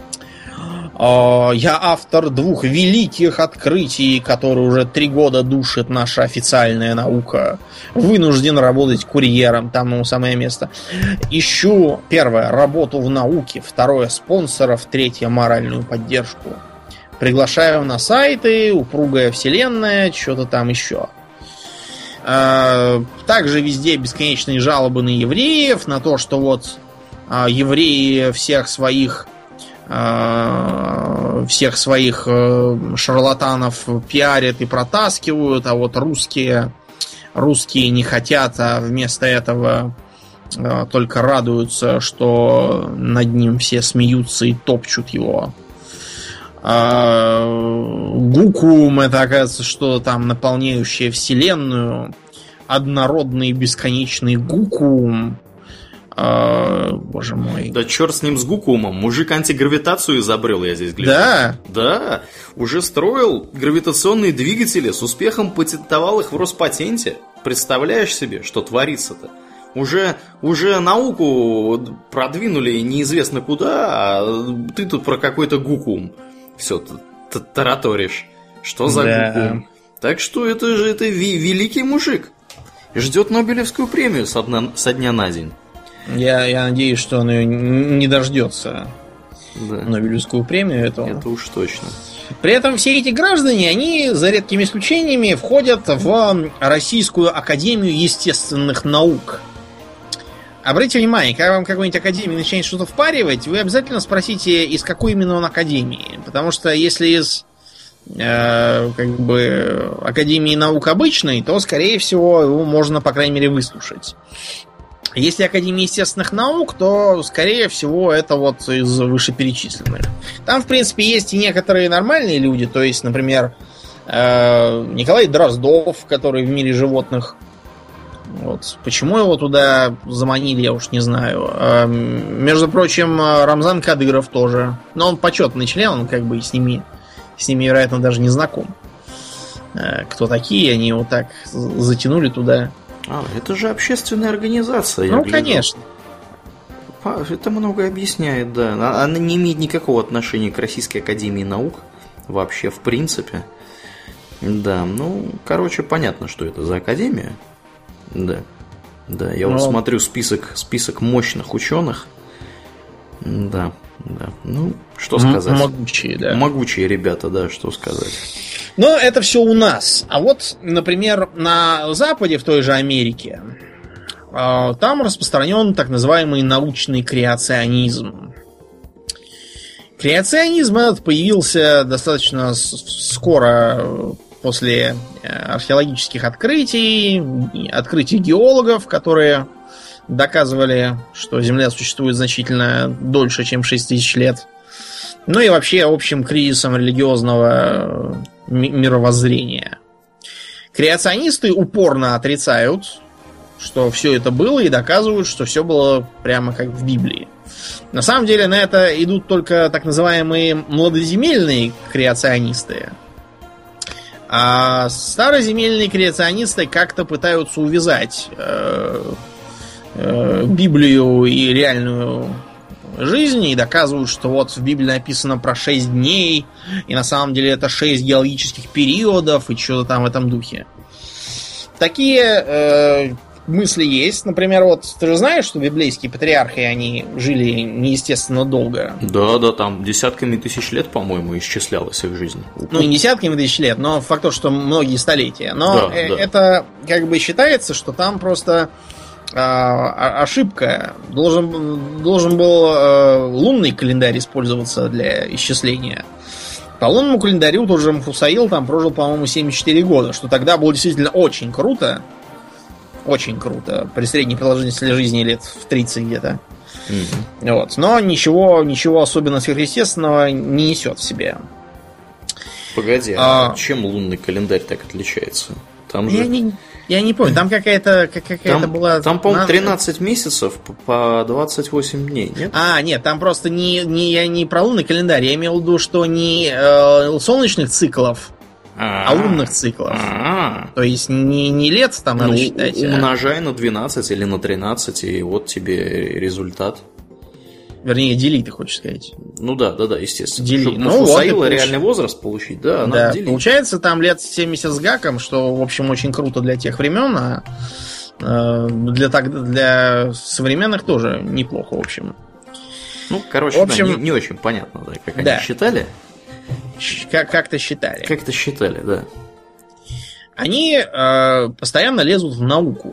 «Я автор двух великих открытий, которые уже три года душит наша официальная наука. Вынужден работать курьером, там ему самое место. Ищу, первое, работу в науке, второе, спонсоров, третье, моральную поддержку. Приглашаю на сайты, упругая вселенная, что-то там еще». Также везде бесконечные жалобы на евреев, на то, что вот евреи всех своих всех своих шарлатанов пиарят и протаскивают, а вот русские русские не хотят, а вместо этого только радуются, что над ним все смеются и топчут его. Гукум — это, оказывается, что там наполняющее вселенную, однородный бесконечный гукум. А, боже мой. Да черт с ним, с гукумом. Мужик антигравитацию изобрел, я здесь гляжу. Да? Да. Уже строил гравитационные двигатели, с успехом патентовал их в Роспатенте. Представляешь себе, что творится-то? Уже, уже науку продвинули неизвестно куда, а ты тут про какой-то гукум все тараторишь. Что за да. гукум? Так что это же это великий мужик. Ждет Нобелевскую премию со дня, со дня на день. Я, я надеюсь, что он ее не дождется. Да. Нобелевскую премию этого. Это уж точно. При этом все эти граждане, они, за редкими исключениями, входят в Российскую Академию Естественных Наук. Обратите внимание, когда вам какой-нибудь академии начинает что-то впаривать, вы обязательно спросите, из какой именно он академии. Потому что если из э, как бы Академии наук обычной, то, скорее всего, его можно, по крайней мере, выслушать. Если Академия естественных наук, то, скорее всего, это вот из вышеперечисленных. Там, в принципе, есть и некоторые нормальные люди. То есть, например, Николай Дроздов, который в мире животных. Вот. Почему его туда заманили, я уж не знаю. Между прочим, Рамзан Кадыров тоже. Но он почетный член, он как бы с ними, с ними, вероятно, даже не знаком. Кто такие, они его так затянули туда. А, это же общественная организация. Ну, конечно. Это многое объясняет, да. Она не имеет никакого отношения к Российской Академии Наук. Вообще, в принципе. Да, ну, короче, понятно, что это за академия. Да. Да, я Но... вот смотрю список, список мощных ученых. Да, да. Ну, что сказать. Могучие, да. Могучие ребята, да, что сказать. Но это все у нас. А вот, например, на Западе, в той же Америке, там распространен так называемый научный креационизм. Креационизм этот появился достаточно скоро после археологических открытий, открытий геологов, которые доказывали, что Земля существует значительно дольше, чем шесть тысяч лет. Ну и вообще общим кризисом религиозного мировоззрения. Креационисты упорно отрицают, что все это было, и доказывают, что все было прямо как в Библии. На самом деле на это идут только так называемые младоземельные креационисты. А староземельные креационисты как-то пытаются увязать э, э, Библию и реальную жизнь и доказывают, что вот в Библии написано про шесть дней, и на самом деле это шесть геологических периодов, и что-то там в этом духе. Такие э, мысли есть. Например, вот ты же знаешь, что библейские патриархи, они жили неестественно долго. Да, да, там десятками тысяч лет, по-моему, исчислялась их жизнь. Ну, и не десятками тысяч лет, но факт то, что многие столетия. Но да, э- да. это как бы считается, что там просто э- ошибка. Должен, должен был э- лунный календарь использоваться для исчисления. По лунному календарю тот же Мфусаил там прожил, по-моему, семьдесят четыре года, что тогда было действительно очень круто. Очень круто. При средней продолжительности жизни лет в тридцать где-то. Mm-hmm. Вот. Но ничего, ничего особенно сверхъестественного не несет в себе. Погоди, а, а чем лунный календарь так отличается? Там я, же... не, я не помню, там какая-то, какая-то там, была... Там, по-моему, тринадцать месяцев по двадцать восемь дней, нет? А, нет, там просто не, не, я не про лунный календарь, я имел в виду, что не э, солнечных циклов, а, а лунных циклов. А-а-а. То есть не, не лет там надо ну, считать. Умножай а... на двенадцать или на тринадцать, и вот тебе результат. Вернее, дели, ты хочешь сказать. Ну да, да, да, естественно. Дели. Чтобы ну, Мфусаила вот, реальный получ... возраст получить, да, надо да, делить. Получается, там лет семьдесят с гаком, что, в общем, очень круто для тех времен, а э, для, так, для современных тоже неплохо, в общем. Ну, короче, в общем, да, не, не очень понятно, да, как да. они считали. Как- как-то считали. Как-то считали, да. Они э, постоянно лезут в науку.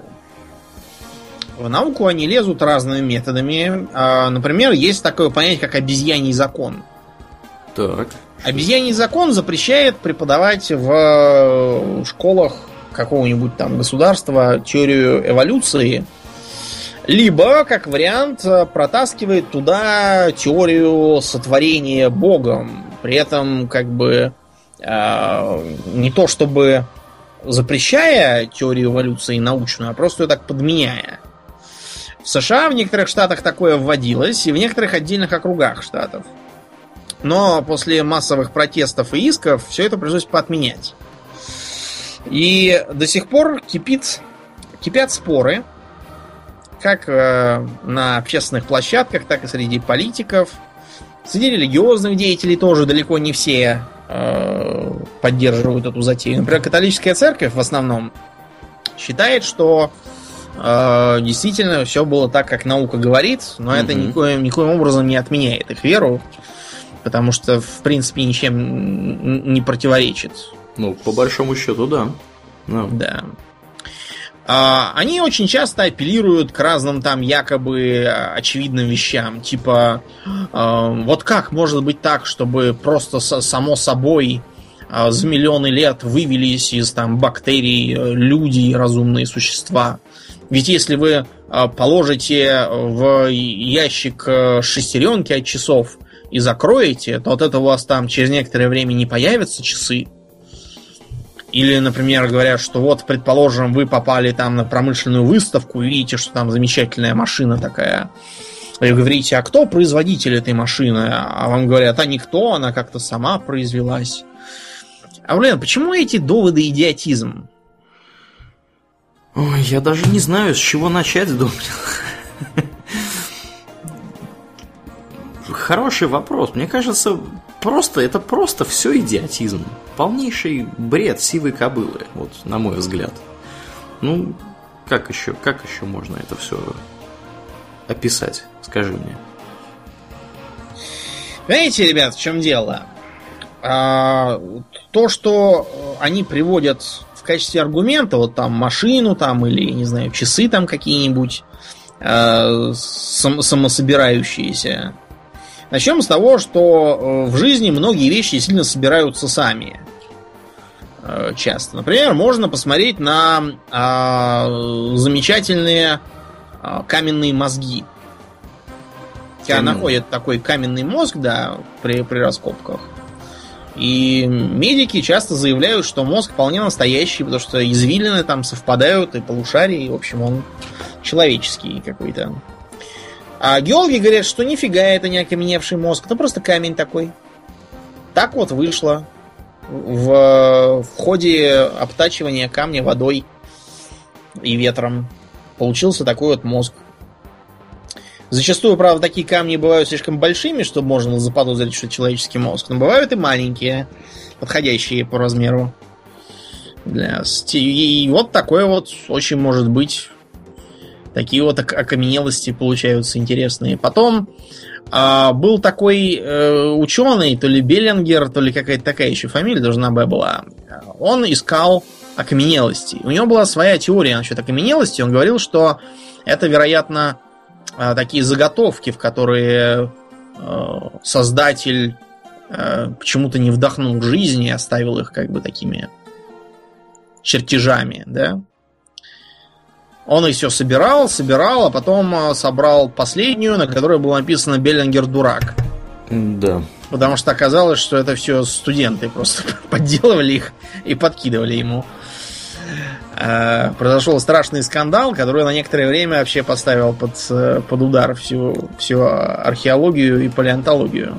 В науку они лезут разными методами. Э, например, есть такое понятие, как обезьяний закон. Так. Обезьяний закон запрещает преподавать в школах какого-нибудь там государства теорию эволюции. Либо, как вариант, протаскивает туда теорию сотворения Богом. При этом, как бы, э, не то чтобы запрещая теорию эволюции научную, а просто ее так подменяя. В США в некоторых штатах такое вводилось, и в некоторых отдельных округах штатов. Но после массовых протестов и исков все это пришлось поотменять. И до сих пор кипит, кипят споры, как э, на общественных площадках, так и среди политиков. Среди религиозных деятелей тоже далеко не все э, поддерживают эту затею. Например, католическая церковь в основном считает, что э, действительно все было так, как наука говорит, но mm-hmm. это никоим, никоим образом не отменяет их веру, потому что, в принципе, ничем не противоречит. Ну, по большому счету, да. No. Да. Они очень часто апеллируют к разным там якобы очевидным вещам. Типа, вот как может быть так, чтобы просто само собой за миллионы лет вывелись из там бактерий люди и разумные существа? Ведь если вы положите в ящик шестеренки от часов и закроете, то от этого у вас там через некоторое время не появятся часы. Или, например, говорят, что вот, предположим, вы попали там на промышленную выставку и видите, что там замечательная машина такая. И говорите, а кто производитель этой машины? А вам говорят, а никто, она как-то сама произвелась. А, блин, почему эти доводы идиотизм? Ой, я даже не знаю, с чего начать, Домнин. Хороший вопрос. Мне кажется, просто это просто все идиотизм. Полнейший бред сивой кобылы, вот, на мой взгляд. Ну, как еще, как еще можно это все описать? Скажи мне. Знаете, ребят, в чем дело? А, то, что они приводят в качестве аргумента, вот там машину, там, или, не знаю, часы там какие-нибудь а, сам, самособирающиеся. Начнем с того, что в жизни многие вещи сильно собираются сами. Часто. Например, можно посмотреть на а, замечательные а, каменные мозги. Когда находят такой каменный мозг, да, при, при раскопках. И медики часто заявляют, что мозг вполне настоящий, потому что извилины там совпадают, и полушария, и, в общем, он человеческий какой-то. А геологи говорят, что нифига это не окаменевший мозг, это просто камень такой. Так вот вышло в, в ходе обтачивания камня водой и ветром. Получился такой вот мозг. Зачастую, правда, такие камни бывают слишком большими, чтобы можно было заподозрить, что это человеческий мозг. Но бывают и маленькие, подходящие по размеру. Для... И вот такое вот очень может быть. Такие вот окаменелости получаются интересные. Потом а, был такой э, ученый, то ли Беллингер, то ли какая-то такая еще фамилия должна была. Он искал окаменелости. У него была своя теория насчет окаменелости. Он говорил, что это, вероятно, такие заготовки, в которые э, создатель э, почему-то не вдохнул жизнь и оставил их как бы такими чертежами, да. Он их все собирал, собирал, а потом собрал последнюю, на которой было написано «Беллингер дурак». Да. Потому что оказалось, что это все студенты просто подделывали их и подкидывали ему. Произошел страшный скандал, который на некоторое время вообще поставил под, под удар всю, всю археологию и палеонтологию.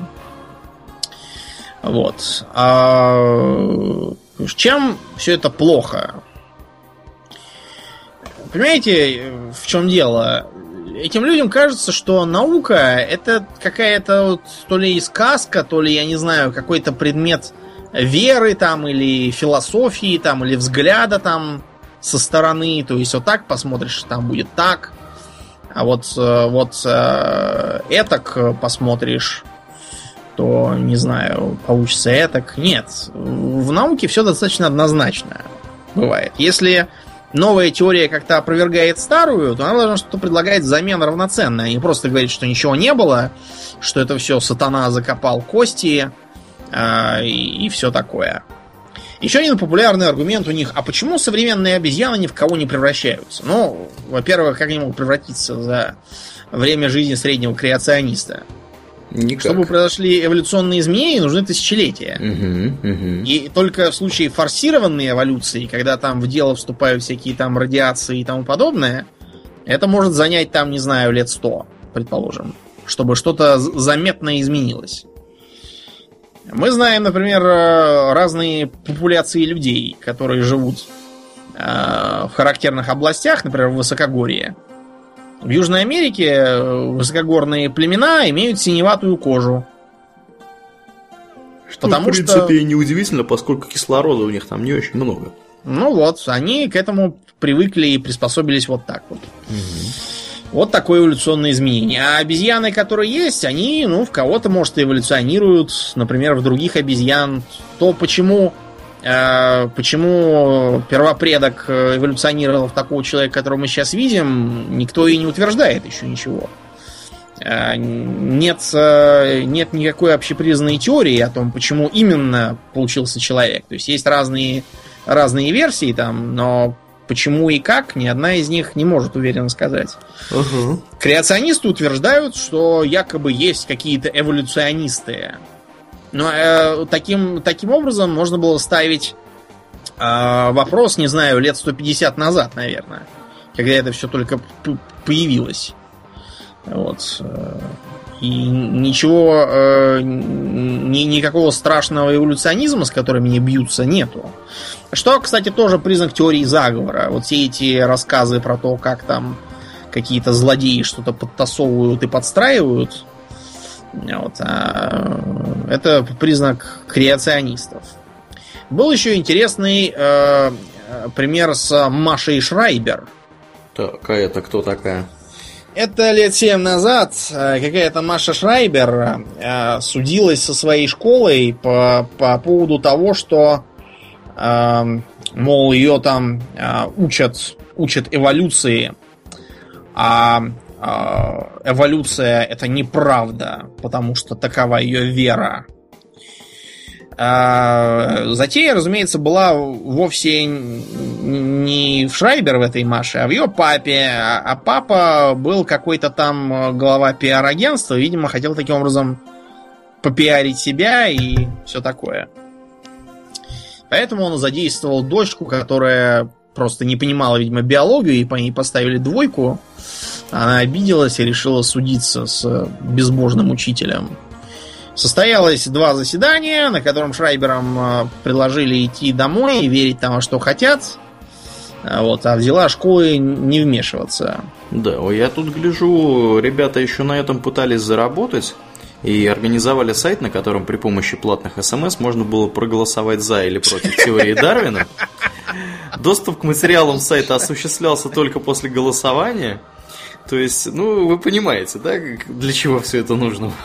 Вот. А чем все это плохо? Понимаете, в чем дело? Этим людям кажется, что наука это какая-то вот, то ли сказка, то ли, я не знаю, какой-то предмет веры там, или философии там, или взгляда там со стороны, то есть вот так посмотришь, там будет так, а вот, вот этак посмотришь, то, не знаю, получится этак. Нет, в науке все достаточно однозначно бывает. Если новая теория как-то опровергает старую, то она должна что-то предлагать взамен равноценное, а не просто говорить, что ничего не было, что это все сатана закопал кости э, и, и все такое. Еще один популярный аргумент у них: а почему современные обезьяны ни в кого не превращаются? Ну, во-первых, как они могут превратиться за время жизни среднего креациониста? Никак. Чтобы произошли эволюционные изменения, нужны тысячелетия. Угу, угу. И только в случае форсированной эволюции, когда там в дело вступают всякие там радиации и тому подобное, это может занять там, не знаю, лет сто, предположим, чтобы что-то заметно изменилось. Мы знаем, например, разные популяции людей, которые живут в характерных областях, например, в высокогорье. В Южной Америке высокогорные племена имеют синеватую кожу. Что, потому в принципе, что... неудивительно, поскольку кислорода у них там не очень много. Ну вот, они к этому привыкли и приспособились вот так вот. Угу. Вот такое эволюционное изменение. А обезьяны, которые есть, они, ну, в кого-то, может, эволюционируют, например, в других обезьян. То почему, э, почему первопредок эволюционировал в такого человека, которого мы сейчас видим, никто и не утверждает еще ничего. Э, нет, э, нет никакой общепризнанной теории о том, почему именно получился человек. То есть есть разные, разные версии там, но почему и как, ни одна из них не может уверенно сказать. Uh-huh. Креационисты утверждают, что якобы есть какие-то эволюционисты. Но э, таким, таким образом можно было ставить э, вопрос, не знаю, лет сто пятьдесят назад, наверное, когда это все только п- появилось. Вот. И ничего, э, ни, никакого страшного эволюционизма, с которыми не бьются, нету. Что, кстати, тоже признак теории заговора. Вот все эти рассказы про то, как там какие-то злодеи что-то подтасовывают и подстраивают, вот, а это признак креационистов. Был еще интересный э, пример с Машей Шрайбер. Так, а это кто такая? Это лет семь назад какая-то Маша Шрайбер э, судилась со своей школой по, по поводу того, что э, мол, ее там э, учат, учат эволюции, а э, эволюция это неправда, потому что такова ее вера. Э, затея, разумеется, была вовсе не в Шрайбер в этой Маше, а в ее папе. А, а папа был какой-то там глава пиар-агентства, видимо, хотел таким образом попиарить себя и все такое. Поэтому он задействовал дочку, которая просто не понимала, видимо, биологию, и по ней поставили двойку. Она обиделась и решила судиться с безбожным учителем. Состоялось два заседания, на котором Шрайберам предложили идти домой и верить там, во что хотят. Вот, а в дела школы не вмешиваться. Да, я тут гляжу, ребята еще на этом пытались заработать и организовали сайт, на котором при помощи платных смс можно было проголосовать за или против теории Дарвина. Доступ к материалам сайта осуществлялся только после голосования. То есть, ну, вы понимаете, да, для чего все это нужно было?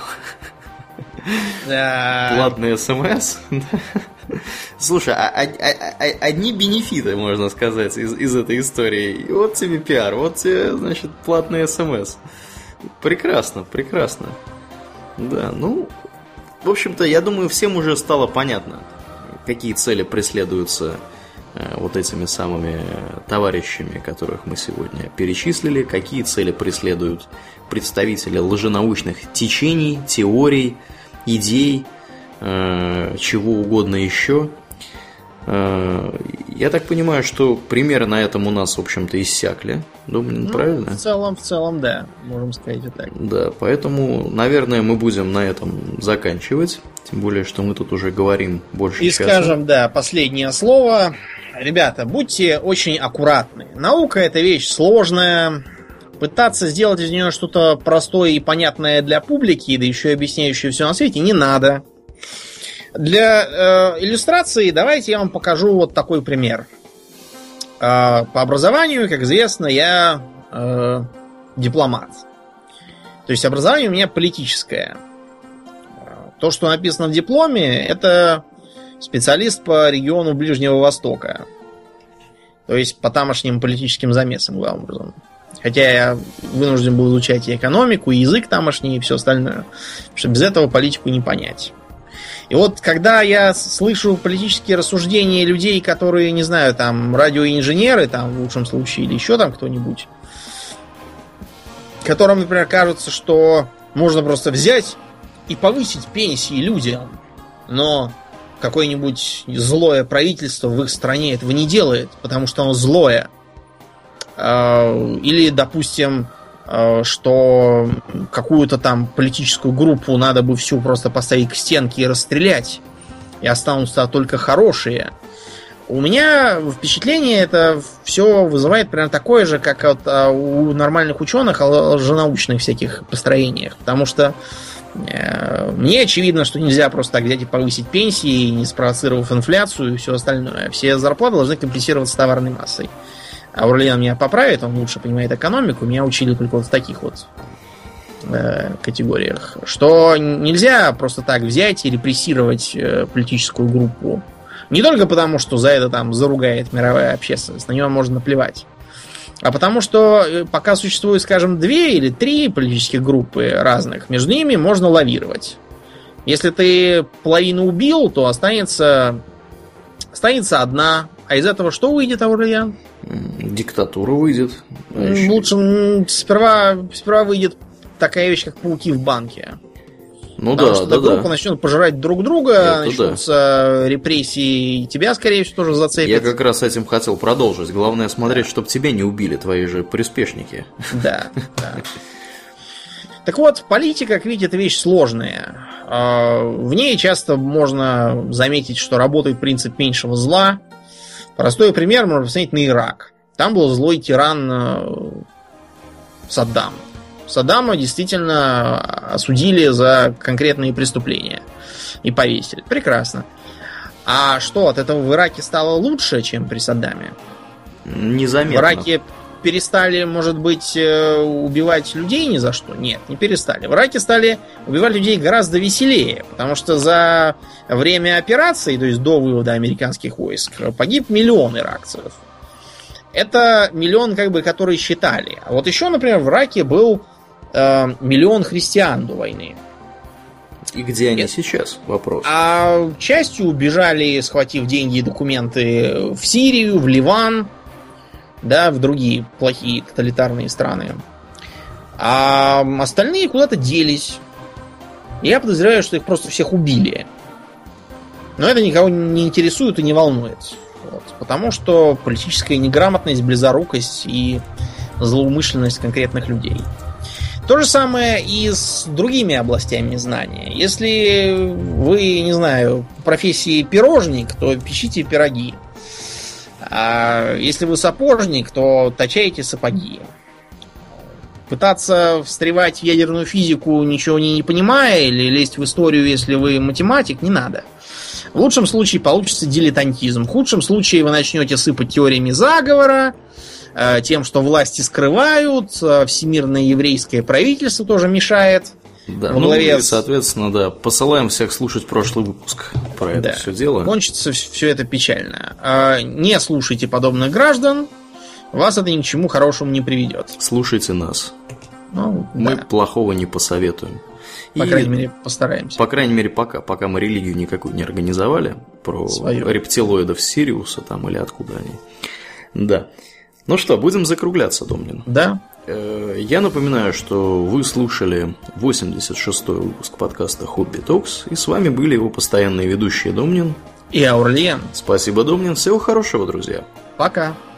Да. Платные смс. Слушай, а, а, а, одни бенефиты, можно сказать, из, из этой истории. И вот тебе пиар, вот тебе, значит, платные смс. Прекрасно, прекрасно. Да, ну, в общем-то, я думаю, всем уже стало понятно, какие цели преследуются э, вот этими самыми товарищами, которых мы сегодня перечислили, какие цели преследуют представители лженаучных течений, теорий, идей, э, чего угодно еще. Э, я так понимаю, что примеры на этом у нас, в общем-то, иссякли. Думаю, ну, правильно? В целом, в целом, да, можем сказать и так. Да, поэтому, наверное, мы будем на этом заканчивать. Тем более, что мы тут уже говорим больше и часа. И скажем, да, последнее слово. Ребята, будьте очень аккуратны. Наука – это вещь сложная. Пытаться сделать из нее что-то простое и понятное для публики, да еще и объясняющее все на свете, не надо. Для э, иллюстрации давайте я вам покажу вот такой пример. Э, по образованию, как известно, я э, дипломат. То есть образование у меня политическое. То, что написано в дипломе, это специалист по региону Ближнего Востока. То есть по тамошним политическим замесам, главным образом. Хотя я вынужден был изучать и экономику, и язык тамошний, и все остальное. Потому что без этого политику не понять. И вот когда я слышу политические рассуждения людей, которые, не знаю, там, радиоинженеры, там, в лучшем случае, или еще там кто-нибудь, которым, например, кажется, что можно просто взять и повысить пенсии людям, но какое-нибудь злое правительство в их стране этого не делает, потому что оно злое. Или, допустим, что какую-то там политическую группу надо бы всю просто поставить к стенке и расстрелять, и останутся только хорошие. У меня впечатление это все вызывает примерно такое же, как вот у нормальных ученых о лженаучных всяких построениях. Потому что мне очевидно, что нельзя просто так взять и повысить пенсии, не спровоцировав инфляцию и все остальное. Все зарплаты должны компенсироваться товарной массой. Аурлиан меня поправит, он лучше понимает экономику. Меня учили только вот в таких вот э, категориях. Что нельзя просто так взять и репрессировать э, политическую группу. Не только потому, что за это там заругает мировая общественность, на нее можно наплевать. А потому что пока существует, скажем, две или три политических группы разных, между ними можно лавировать. Если ты половину убил, то останется, останется одна. А из этого что выйдет, Аурлиан? Диктатура выйдет. А еще... Лучше сперва, сперва выйдет такая вещь, как пауки в банке. Ну Потому да, что да, группа да. начнет пожирать друг друга, Это начнутся да. репрессии, и тебя, скорее всего, тоже зацепят. Я как раз этим хотел продолжить. Главное смотреть, чтобы тебя не убили твои же приспешники. Да, да. Так вот, политика, как видите, это вещь сложная. В ней часто можно заметить, что работает принцип меньшего зла. Простой пример можно посмотреть на Ирак. Там был злой тиран Саддам. Саддама действительно осудили за конкретные преступления и повесили. Прекрасно. А что, от этого в Ираке стало лучше, чем при Саддаме? Незаметно. В Ираке перестали, может быть, убивать людей ни за что? Нет, не перестали. В Ираке стали убивать людей гораздо веселее, потому что за время операции, то есть до вывода американских войск, погиб миллион иракцев. Это миллион, как бы, который считали. А вот еще, например, в Ираке был э, миллион христиан до войны. И где они Нет. сейчас? Вопрос. А частью убежали, схватив деньги и документы, в Сирию, в Ливан, да, в другие плохие тоталитарные страны. А остальные куда-то делись. Я подозреваю, что их просто всех убили. Но это никого не интересует и не волнует. Вот. Потому что политическая неграмотность, близорукость и злоумышленность конкретных людей. То же самое и с другими областями знания. Если вы, не знаю, по профессии пирожник, то печите пироги. А если вы сапожник, то точаете сапоги. Пытаться встревать в ядерную физику, ничего не, не понимая, или лезть в историю, если вы математик, не надо. В лучшем случае получится дилетантизм. В худшем случае вы начнете сыпать теориями заговора, тем, что власти скрывают, всемирное еврейское правительство тоже мешает. Да, ну и, соответственно, да, посылаем всех слушать прошлый выпуск про это да. все дело. Кончится все это печально. Не слушайте подобных граждан, вас это ни к чему хорошему не приведет. Слушайте нас. Ну, мы да. плохого не посоветуем. По и, крайней мере, постараемся. По крайней мере, пока, пока мы религию никакую не организовали про Свою. рептилоидов Сириуса там или откуда они. Да. Ну что, будем закругляться, Домнин? Да. Я напоминаю, что вы слушали восемьдесят шестой выпуск подкаста Хобби Токс, и с вами были его постоянные ведущие Домнин и Аурлиен. Спасибо, Домнин. Всего хорошего, друзья. Пока.